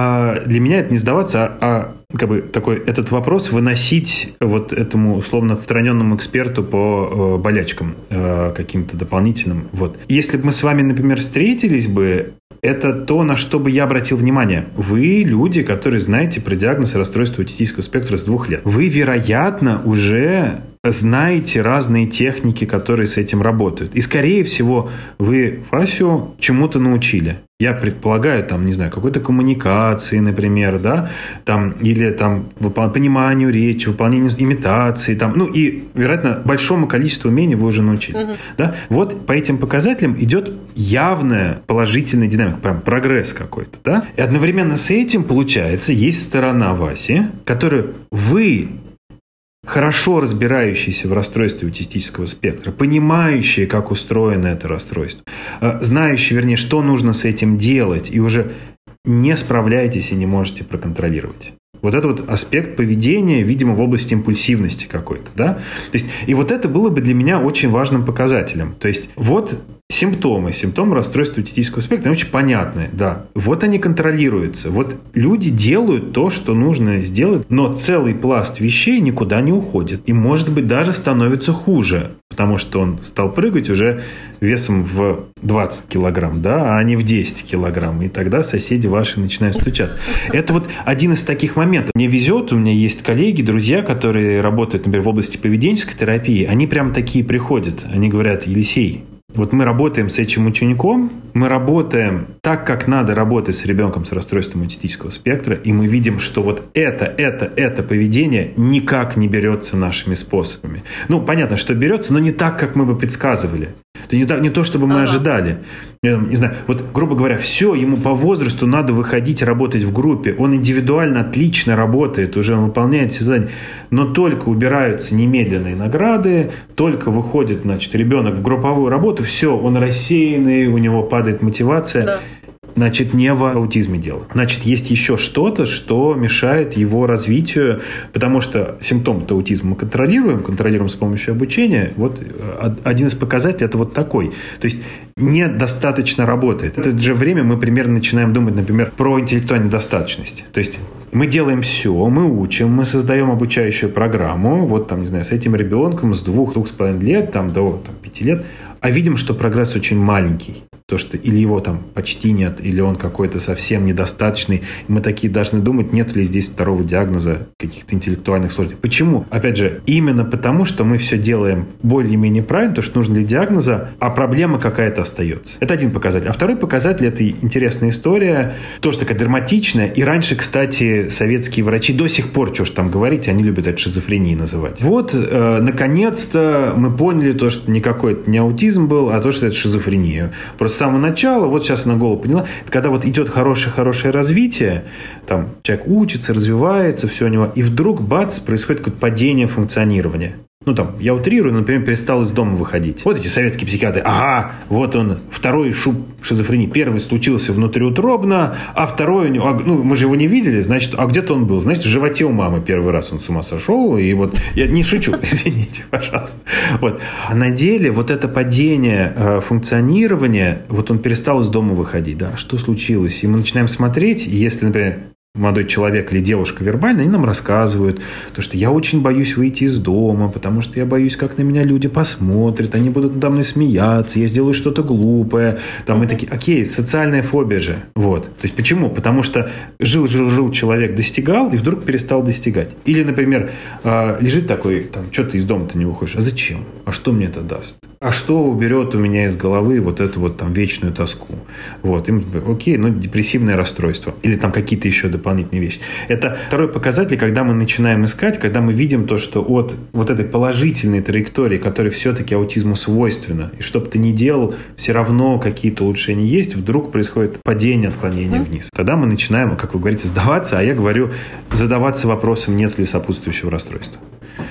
для меня это не сдаваться, а как бы такой этот вопрос выносить вот этому условно отстраненному эксперту по э, болячкам э, каким-то дополнительным. Вот. Если бы мы с вами, например, встретились бы, это то, на что бы я обратил внимание. Вы люди, которые знаете про диагноз расстройства аутистического спектра с двух лет. Вы, вероятно, уже знаете разные техники, которые с этим работают. И, скорее всего, вы Васю чему-то научили. Я предполагаю, там, не знаю, какой-то коммуникации, например, да, там, или там выпол- пониманию речи, выполнению имитации, там, ну и, вероятно, большому количеству умений вы уже научили. Uh-huh. Да? Вот по этим показателям идет явная положительная динамика, прям прогресс какой-то, да. И одновременно с этим, получается, есть сторона Васи, которую вы, хорошо разбирающиеся в расстройстве аутистического спектра, понимающие, как устроено это расстройство, знающие, вернее, что нужно с этим делать, и уже не справляетесь и не можете проконтролировать. Вот это вот аспект поведения, видимо, в области импульсивности какой-то, да? То есть, и вот это было бы для меня очень важным показателем. То есть, вот симптомы, симптомы расстройства аутистического спектра, они очень понятные, да. Вот они контролируются. Вот люди делают то, что нужно сделать, но целый пласт вещей никуда не уходит. И, может быть, даже становится хуже, потому что он стал прыгать уже весом в двадцать килограмм, да, а не в десять килограмм. И тогда соседи ваши начинают стучаться. Это вот один из таких моментов. Мне везет, у меня есть коллеги, друзья, которые работают, например, в области поведенческой терапии. Они прям такие приходят. Они говорят: Елисей, вот мы работаем с этим учеником, мы работаем так, как надо работать с ребенком с расстройством аутистического спектра, и мы видим, что вот это, это, это поведение никак не берется нашими способами. Ну, понятно, что берется, но не так, как мы бы предсказывали. Это не, не то, чтобы мы ага. ожидали. Я, не знаю, вот, грубо говоря, все, ему по возрасту надо выходить работать в группе. Он индивидуально отлично работает, уже он выполняет все задания. Но только убираются немедленные награды, только выходит, значит, ребенок в групповую работу, все, он рассеянный, у него падает мотивация. Да. Значит, не в аутизме дело. Значит, есть еще что-то, что мешает его развитию, потому что симптомы аутизма мы контролируем, контролируем с помощью обучения. Вот один из показателей – это вот такой. То есть, недостаточно работает. В это же время мы примерно начинаем думать, например, про интеллектуальную недостаточность. То есть, мы делаем все, мы учим, мы создаем обучающую программу, вот там, не знаю, с этим ребенком с двух, двух с половиной лет там, до там, пяти лет, а видим, что прогресс очень маленький. То, что или его там почти нет, или он какой-то совсем недостаточный. И мы такие должны думать, нет ли здесь второго диагноза каких-то интеллектуальных сложностей. Почему? Опять же, именно потому, что мы все делаем более-менее правильно, то, что нужно для диагноза, а проблема какая-то остается. Это один показатель. А второй показатель – это интересная история, тоже такая драматичная. И раньше, кстати, советские врачи до сих пор, что ж там говорить, они любят это шизофренией называть. Вот, э, наконец-то мы поняли то, что никакой это не аутизм был, а то, что это шизофрения. Просто с самого начала, вот сейчас она голову поняла, когда вот идет хорошее-хорошее развитие, там человек учится, развивается, все у него, и вдруг, бац, происходит какое-то падение функционирования. Ну, там, я утрирую, например, перестал из дома выходить. Вот эти советские психиатры. Ага, вот он, второй шуб шизофрении. Первый случился внутриутробно, а второй у него... Ну, мы же его не видели, значит, а где-то он был. Значит, в животе у мамы первый раз он с ума сошел. И вот... Я не шучу, извините, пожалуйста. Вот. А на деле вот это падение э, функционирования, вот он перестал из дома выходить. Да, что случилось? И мы начинаем смотреть, если, например... молодой человек или девушка вербально, они нам рассказывают, то, что я очень боюсь выйти из дома, потому что я боюсь, как на меня люди посмотрят, они будут надо мной смеяться, я сделаю что-то глупое. Там мы такие, окей, социальная фобия же. Вот. То есть почему? Потому что жил-жил-жил человек, достигал, и вдруг перестал достигать. Или, например, лежит такой, там, что ты из дома-то не выходишь, а зачем? А что мне это даст? А что уберет у меня из головы вот эту вот там вечную тоску? Вот. И мы, окей, ну, депрессивное расстройство. Или там какие-то еще дополнительные вещи. Это второй показатель, когда мы начинаем искать, когда мы видим то, что от вот этой положительной траектории, которая все-таки аутизму свойственна, и что бы ты ни делал, все равно какие-то улучшения есть, вдруг происходит падение, отклонение вниз. Тогда мы начинаем, как вы говорите, сдаваться, а я говорю, задаваться вопросом, нет ли сопутствующего расстройства.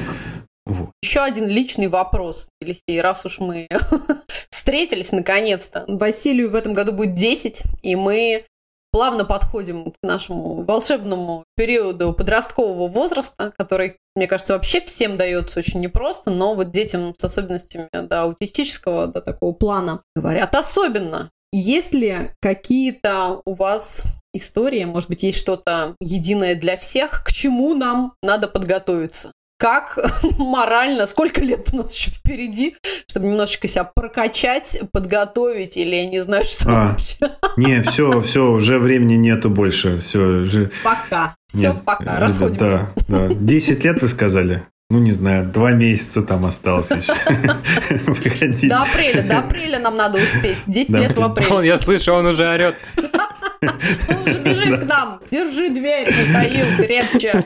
Вот. Еще один личный вопрос, Елисей, раз уж мы встретились наконец-то. Василию в этом году будет десять, и мы плавно подходим к нашему волшебному периоду подросткового возраста, который, мне кажется, вообще всем дается очень непросто, но вот детям с особенностями до аутистического, до такого плана говорят особенно. Есть ли какие-то у вас истории, может быть, есть что-то единое для всех, к чему нам надо подготовиться? Как морально, сколько лет у нас еще впереди, чтобы немножечко себя прокачать, подготовить, или я не знаю, что а, вообще. Не, все, все, уже времени нету больше. Все, же... Пока. Все, Нет, пока. Расходимся. Да, да. десять лет вы сказали? Ну, не знаю, два месяца там осталось еще. До апреля, до апреля нам надо успеть. десять лет в апреле. Я слышу, он уже орет. Он уже бежит к нам. Держи дверь, Михаил, крепче.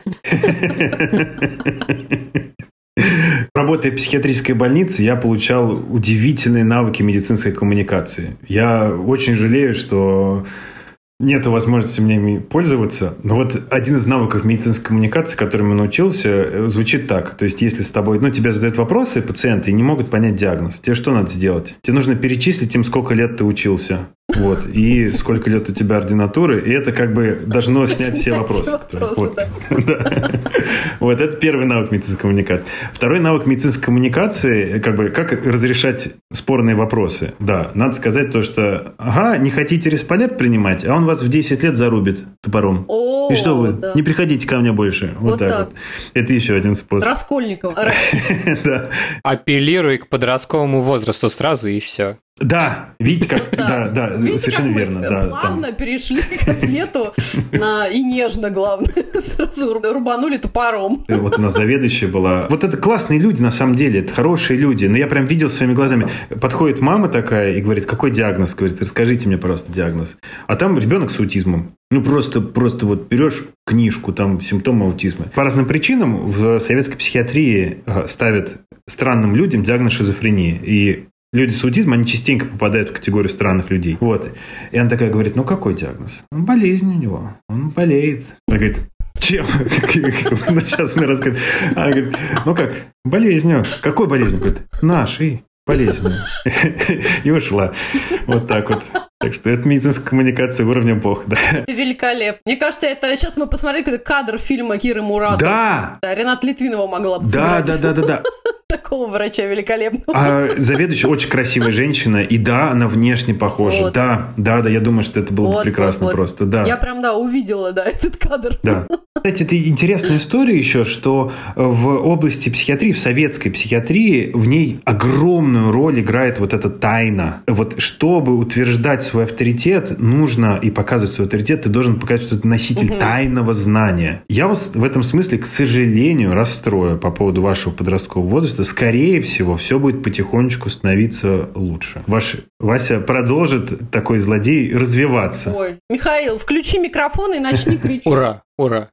Работая в психиатрической больнице, я получал удивительные навыки медицинской коммуникации. Я очень жалею, что нету возможности мне ими пользоваться. Но вот один из навыков медицинской коммуникации, которым я научился, звучит так. То есть, если с тобой, ну, тебе задают вопросы пациенты и не могут понять диагноз, тебе что надо сделать? Тебе нужно перечислить им, сколько лет ты учился. Вот, и сколько лет у тебя ординатуры, и это как бы должно снять все вопросы. Вот. Вот это первый навык медицинской коммуникации. Второй навык медицинской коммуникации, как бы, как разрешать спорные вопросы. Да, надо сказать то, что, ага, не хотите респалет принимать, а он вас в десять лет зарубит топором. О, и что вы, да. не приходите ко мне больше. Вот, вот так, так вот. Это еще один способ. Раскольников растить. Да. Апеллируй к подростковому возрасту сразу, и все. Да, видите, как, да, да, видите, совершенно как верно. Мы да, плавно там. перешли к ответу на, и нежно, главное, сразу рубанули топором. Вот у нас заведующая была. Вот это классные люди, на самом деле, это хорошие люди. Но я прям видел своими глазами. Подходит мама такая и говорит, какой диагноз? Говорит, расскажите мне, пожалуйста, диагноз. А там ребенок с аутизмом. Ну, просто, просто вот берешь книжку, там симптомы аутизма. По разным причинам в советской психиатрии ставят странным людям диагноз шизофрении. И Люди с аутизмом, они частенько попадают в категорию странных людей. Вот. И она такая говорит, ну какой диагноз? Ну, болезнь у него, он болеет. Она говорит, чем? Ну, сейчас она расскажет. Она говорит, ну как, болезнью. Какой болезнью? Говорит, нашей болезнью. И ушла. Вот так вот. Так что это медицинская коммуникация уровня бог, да. Это великолепно. Мне кажется, это сейчас мы посмотрели какой-то кадр фильма Киры Муратовой. Да! Да, Рената Литвинова могла бы да, сыграть. Да, да, да, да. Такого врача великолепного. А заведующая очень красивая женщина, и да, она внешне похожа. Вот. Да, да, да, я думаю, что это было вот, бы прекрасно вот, вот. Просто, да. Я прям, да, увидела, да, этот кадр. Да. Кстати, это интересная история еще, что в области психиатрии, в советской психиатрии, в ней огромную роль играет вот эта тайна. Вот чтобы утверждать свой авторитет, нужно и показывать свой авторитет, ты должен показать, что ты носитель угу. тайного знания. Я вас в этом смысле, к сожалению, расстрою по поводу вашего подросткового возраста. Скорее всего, все будет потихонечку становиться лучше. Ваш Вася продолжит, такой злодей, развиваться. Ой, Михаил, включи микрофон и начни кричать. Ура! Ура!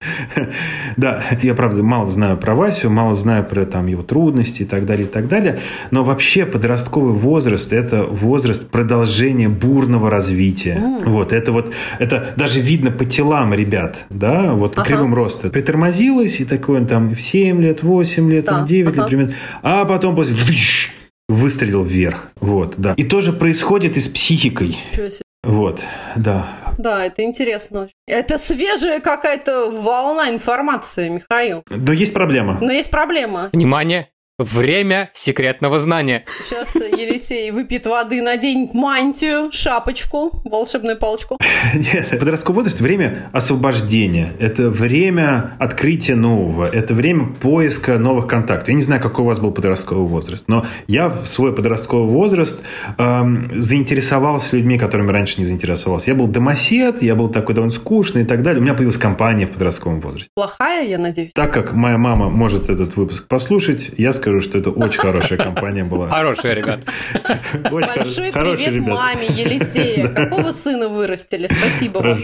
Да, я, правда, мало знаю про Васю, мало знаю про там, его трудности и так далее, и так далее. Но вообще подростковый возраст – это возраст продолжения бурного развития. Mm. Вот, это вот, это даже видно по телам ребят, да, вот ага. кривым роста. Притормозилось, и такой он там в семь лет, восемь лет, да. в девять ага. лет примерно. А потом после выстрелил вверх. Вот, да. И тоже происходит и с психикой. Вот, да. Да, это интересно. Это свежая какая-то волна информации, Михаил. Но есть проблема. Но есть проблема. Внимание! Время секретного знания. Сейчас Елисей выпьет воды, наденет мантию, шапочку, волшебную палочку. Нет, подростковый возраст – время освобождения. Это время открытия нового. Это время поиска новых контактов. Я не знаю, какой у вас был подростковый возраст, но я в свой подростковый возраст эм, заинтересовался людьми, которыми раньше не заинтересовался. Я был домосед, я был такой довольно скучный и так далее. У меня появилась компания в подростковом возрасте. Плохая, я надеюсь? Так как моя мама может этот выпуск послушать, я скажу, что это очень хорошая компания была. Хорошая, ребят. Большой привет маме Елисея. Какого сына вырастили? Спасибо вам.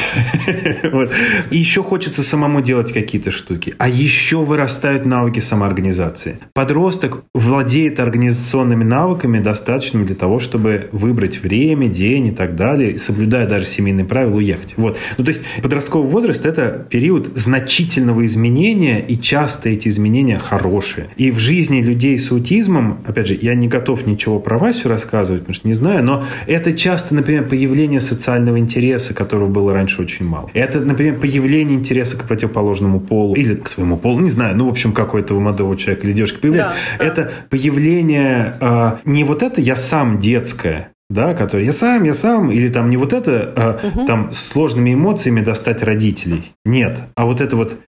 Вот. И еще хочется самому делать какие-то штуки. А еще вырастают навыки самоорганизации. Подросток владеет организационными навыками, достаточными для того, чтобы выбрать время, день и так далее, и соблюдая даже семейные правила, уехать. Вот. Ну, то есть подростковый возраст – это период значительного изменения, и часто эти изменения хорошие. И в жизни людей с аутизмом, опять же, я не готов ничего про Васю рассказывать, потому что не знаю, но это часто, например, появление социального интереса, которого было раньше очень мало. Это, например, появление интереса к противоположному полу или к своему полу, не знаю, ну, в общем, какой-то у молодого человека или девушки появляется. Да, это да. появление э, не вот это «я сам» детское, да, который я сам, я сам, или там не вот это, а, угу. там с сложными эмоциями достать родителей. Нет, а вот это вот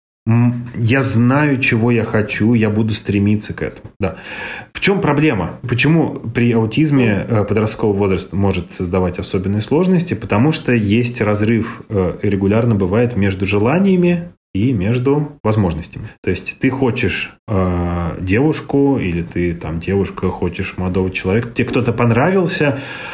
я знаю, чего я хочу, я буду стремиться к этому. Да. В чем проблема? Почему при аутизме подростковый возраст может создавать особенные сложности? Потому что есть разрыв, регулярно бывает, между желаниями и между возможностями. То есть ты хочешь э, девушку, или ты там девушка, хочешь молодого человека, тебе кто-то понравился,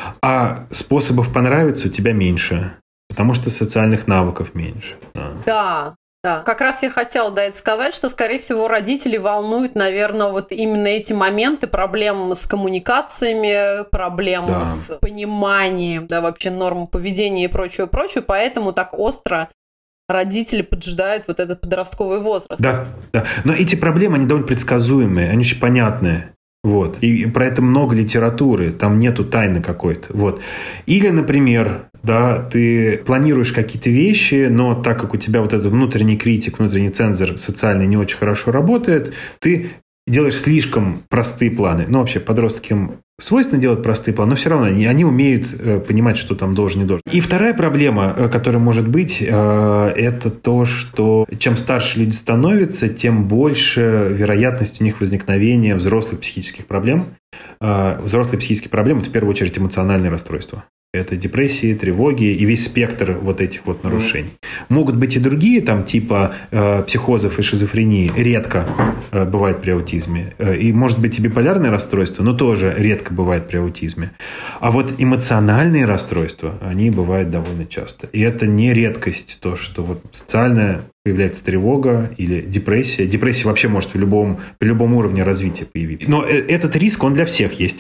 а способов понравиться у тебя меньше, потому что социальных навыков меньше. Да. Да. Да. Как раз я хотела, да, это сказать, что, скорее всего, родители волнуют, наверное, вот именно эти моменты проблем с коммуникациями, проблем да. с пониманием, да, вообще норм поведения и прочее, прочее, поэтому так остро родители поджидают вот этот подростковый возраст. Да, да. Но эти проблемы, они довольно предсказуемые, они очень понятные. Вот. И про это много литературы, там нету тайны какой-то. Вот. Или, например, да, ты планируешь какие-то вещи, но так как у тебя вот этот внутренний критик, внутренний цензор социальный не очень хорошо работает, ты делаешь слишком простые планы. Ну, вообще, подросткам свойственно делать простые планы, но все равно они, они умеют э, понимать, что там должен, не должен. И вторая проблема, э, которая может быть, э, это то, что чем старше люди становятся, тем больше вероятность у них возникновения взрослых психических проблем. Э, взрослые психические проблемы – это в первую очередь эмоциональные расстройства. Это депрессии, тревоги и весь спектр вот этих вот нарушений. Mm. Могут быть и другие, там, типа э, психозов и шизофрении, редко э, бывает при аутизме. Э, и может быть и биполярное расстройство, но тоже редко бывает при аутизме. А вот эмоциональные расстройства, они бывают довольно часто. И это не редкость, то, что вот социальная появляется тревога или депрессия. Депрессия вообще может в любом, при любом уровне развития появиться. Но этот риск, он для всех есть.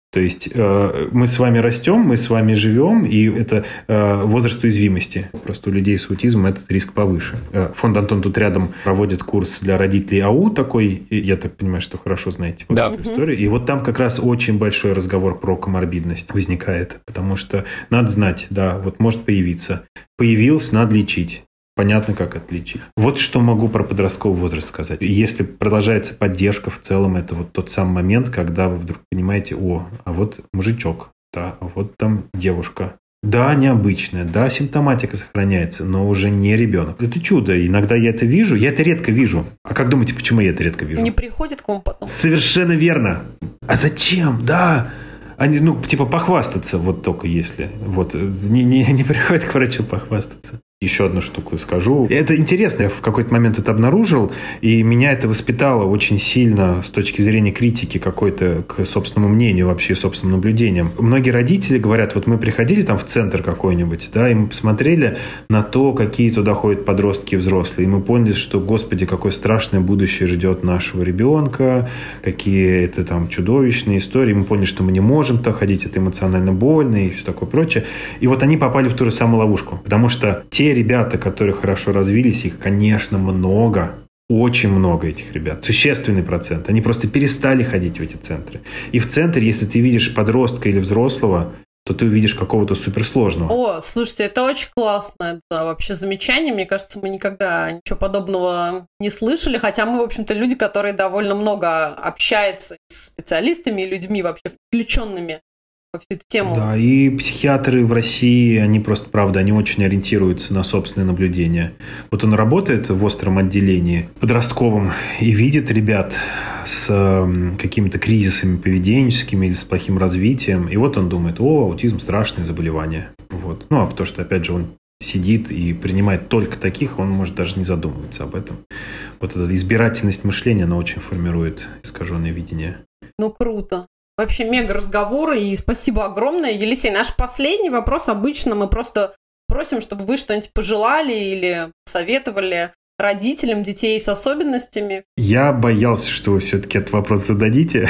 То есть э, мы с вами растем, мы с вами живем, и это э, возраст уязвимости. Просто у людей с аутизмом этот риск повыше. Э, фонд «Антон» тут рядом проводит курс для родителей АУ такой, и я так понимаю, что хорошо знаете да. эту историю. И вот там как раз очень большой разговор про коморбидность возникает, потому что надо знать, да, вот может появиться. Появился, надо лечить. Понятно, как отличить. Вот что могу про подростковый возраст сказать. Если продолжается поддержка в целом, это вот тот самый момент, когда вы вдруг понимаете, о, а вот мужичок, да, а вот там девушка. Да, необычная, да, симптоматика сохраняется, но уже не ребенок. Это чудо. Иногда я это вижу, я это редко вижу. А как думаете, почему я это редко вижу? Не приходит к вам потом? Совершенно верно. А зачем? Да. Они, ну, типа, похвастаться, вот только если. Вот, не, не, не приходит к врачу похвастаться. Еще одну штуку скажу. Это интересно, я в какой-то момент это обнаружил, и меня это воспитало очень сильно с точки зрения критики какой-то к собственному мнению, вообще собственным наблюдениям. Многие родители говорят, вот мы приходили там в центр какой-нибудь, да, и мы посмотрели на то, какие туда ходят подростки и взрослые, и мы поняли, что, господи, какое страшное будущее ждет нашего ребенка, какие это там чудовищные истории. Мы поняли, что мы не можем туда ходить, это эмоционально больно и все такое прочее. И вот они попали в ту же самую ловушку, потому что те ребята, которые хорошо развились, их, конечно, много, очень много этих ребят, существенный процент. Они просто перестали ходить в эти центры. И в центре, если ты видишь подростка или взрослого, то ты увидишь какого-то суперсложного. О, слушайте, это очень классно, это вообще замечание. Мне кажется, мы никогда ничего подобного не слышали, хотя мы, в общем-то, люди, которые довольно много общаются с специалистами и людьми вообще включенными во всю эту тему. Да, и психиатры в России, они просто, правда, они очень ориентируются на собственные наблюдения. Вот он работает в остром отделении подростковом и видит ребят с э, какими-то кризисами поведенческими или с плохим развитием. И вот он думает, о, аутизм – страшное заболевание. Вот. Ну, а потому что, опять же, он сидит и принимает только таких, он может даже не задумываться об этом. Вот эта избирательность мышления, она очень формирует искаженное видение. Ну, круто. Вообще мега разговоры, и спасибо огромное. Елисей, наш последний вопрос обычно мы просто просим, чтобы вы что-нибудь пожелали или советовали родителям детей с особенностями. Я боялся, что вы все-таки этот вопрос зададите.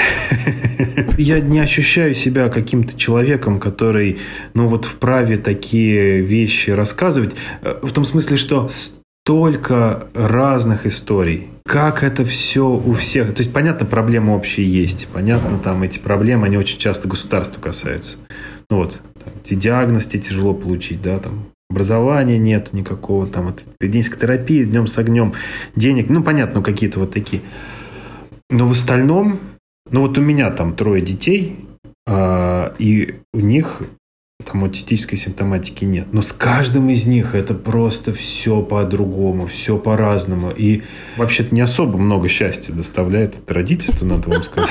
Я не ощущаю себя каким-то человеком, который, ну вот, вправе такие вещи рассказывать. В том смысле, что столько разных историй. Как это все у всех... То есть, понятно, проблемы общие есть. Понятно, там эти проблемы, они очень часто государства касаются. Ну вот, там, эти диагнозы тяжело получить, да, там, образования нет никакого, там, вот, поведенческой терапии, днем с огнем, денег, ну, понятно, какие-то вот такие. Но в остальном, ну, вот у меня там трое детей, а, и у них... там аутистической симптоматики нет. Но с каждым из них это просто все по-другому, все по-разному. И вообще-то не особо много счастья доставляет это родительство, надо вам сказать.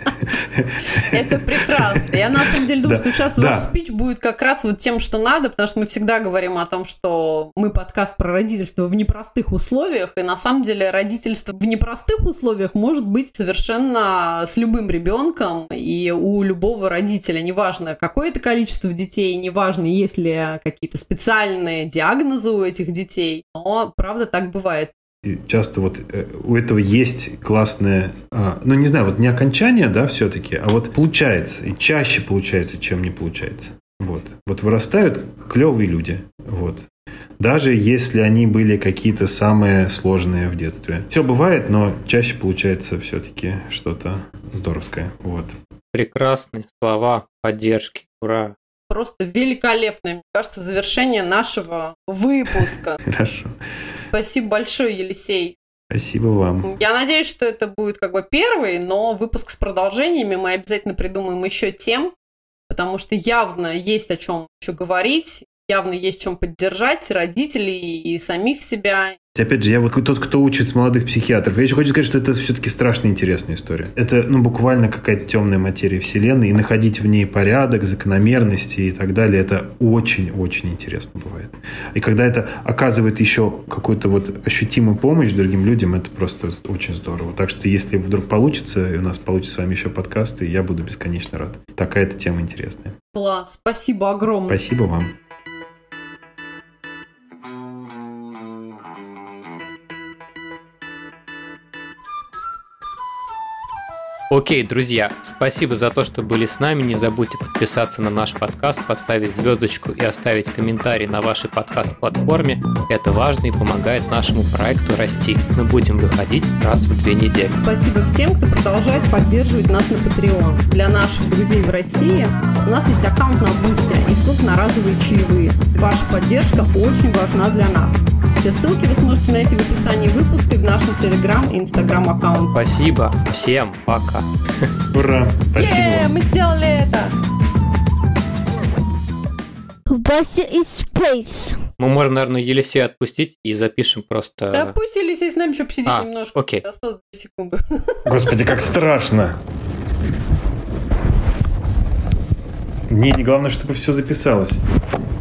Это прекрасно. Я на самом деле думаю, Да, что сейчас да. ваш спич будет как раз вот тем, что надо, потому что мы всегда говорим о том, что мы подкаст про родительство в непростых условиях, и на самом деле родительство в непростых условиях может быть совершенно с любым ребенком и у любого родителя, неважно, какое это количество детей, неважно, есть ли какие-то специальные диагнозы у этих детей, но правда так бывает. И часто вот э, у этого есть классное, а, ну не знаю, вот не окончание, да, все-таки, а вот получается, и чаще получается, чем не получается. Вот, вот вырастают клевые люди, вот. Даже если они были какие-то самые сложные в детстве. Все бывает, но чаще получается все-таки что-то здоровское, вот. Прекрасные слова поддержки. Ура! Просто великолепное, мне кажется, завершение нашего выпуска. Хорошо. Спасибо большое, Елисей. Спасибо вам. Я надеюсь, что это будет как бы первый, но выпуск с продолжениями мы обязательно придумаем еще тем, потому что явно есть о чем еще говорить, явно есть чем поддержать родителей и самих себя. Опять же, я вот тот, кто учит молодых психиатров, я еще хочу сказать, что это все-таки страшно интересная история. Это, ну, буквально какая-то темная материя Вселенной, и находить в ней порядок, закономерности и так далее, это очень-очень интересно бывает. И когда это оказывает еще какую-то вот ощутимую помощь другим людям, это просто очень здорово. Так что, если вдруг получится, и у нас получится с вами еще подкасты, я буду бесконечно рад. Такая-то тема интересная. Класс, спасибо огромное. Спасибо вам. Окей, друзья, спасибо за то, что были с нами. Не забудьте подписаться на наш подкаст, поставить звездочку и оставить комментарий на вашей подкаст-платформе. Это важно и помогает нашему проекту расти. Мы будем выходить раз в две недели. Спасибо всем, кто продолжает поддерживать нас на Patreon. Для наших друзей в России у нас есть аккаунт на Boosty и ссылка на разовые чаевые. Ваша поддержка очень важна для нас. Все ссылки вы сможете найти в описании выпуска и в нашем Telegram и Instagram аккаунте. Спасибо всем, пока. Ура! Спасибо. Е, мы сделали это! Вася is space. Мы можем, наверное, Елисея отпустить и запишем просто... Да пусть Елисей с нами еще посидит А, немножко. окей. Осталось две секунды. Господи, как страшно. Не, не главное, чтобы все записалось.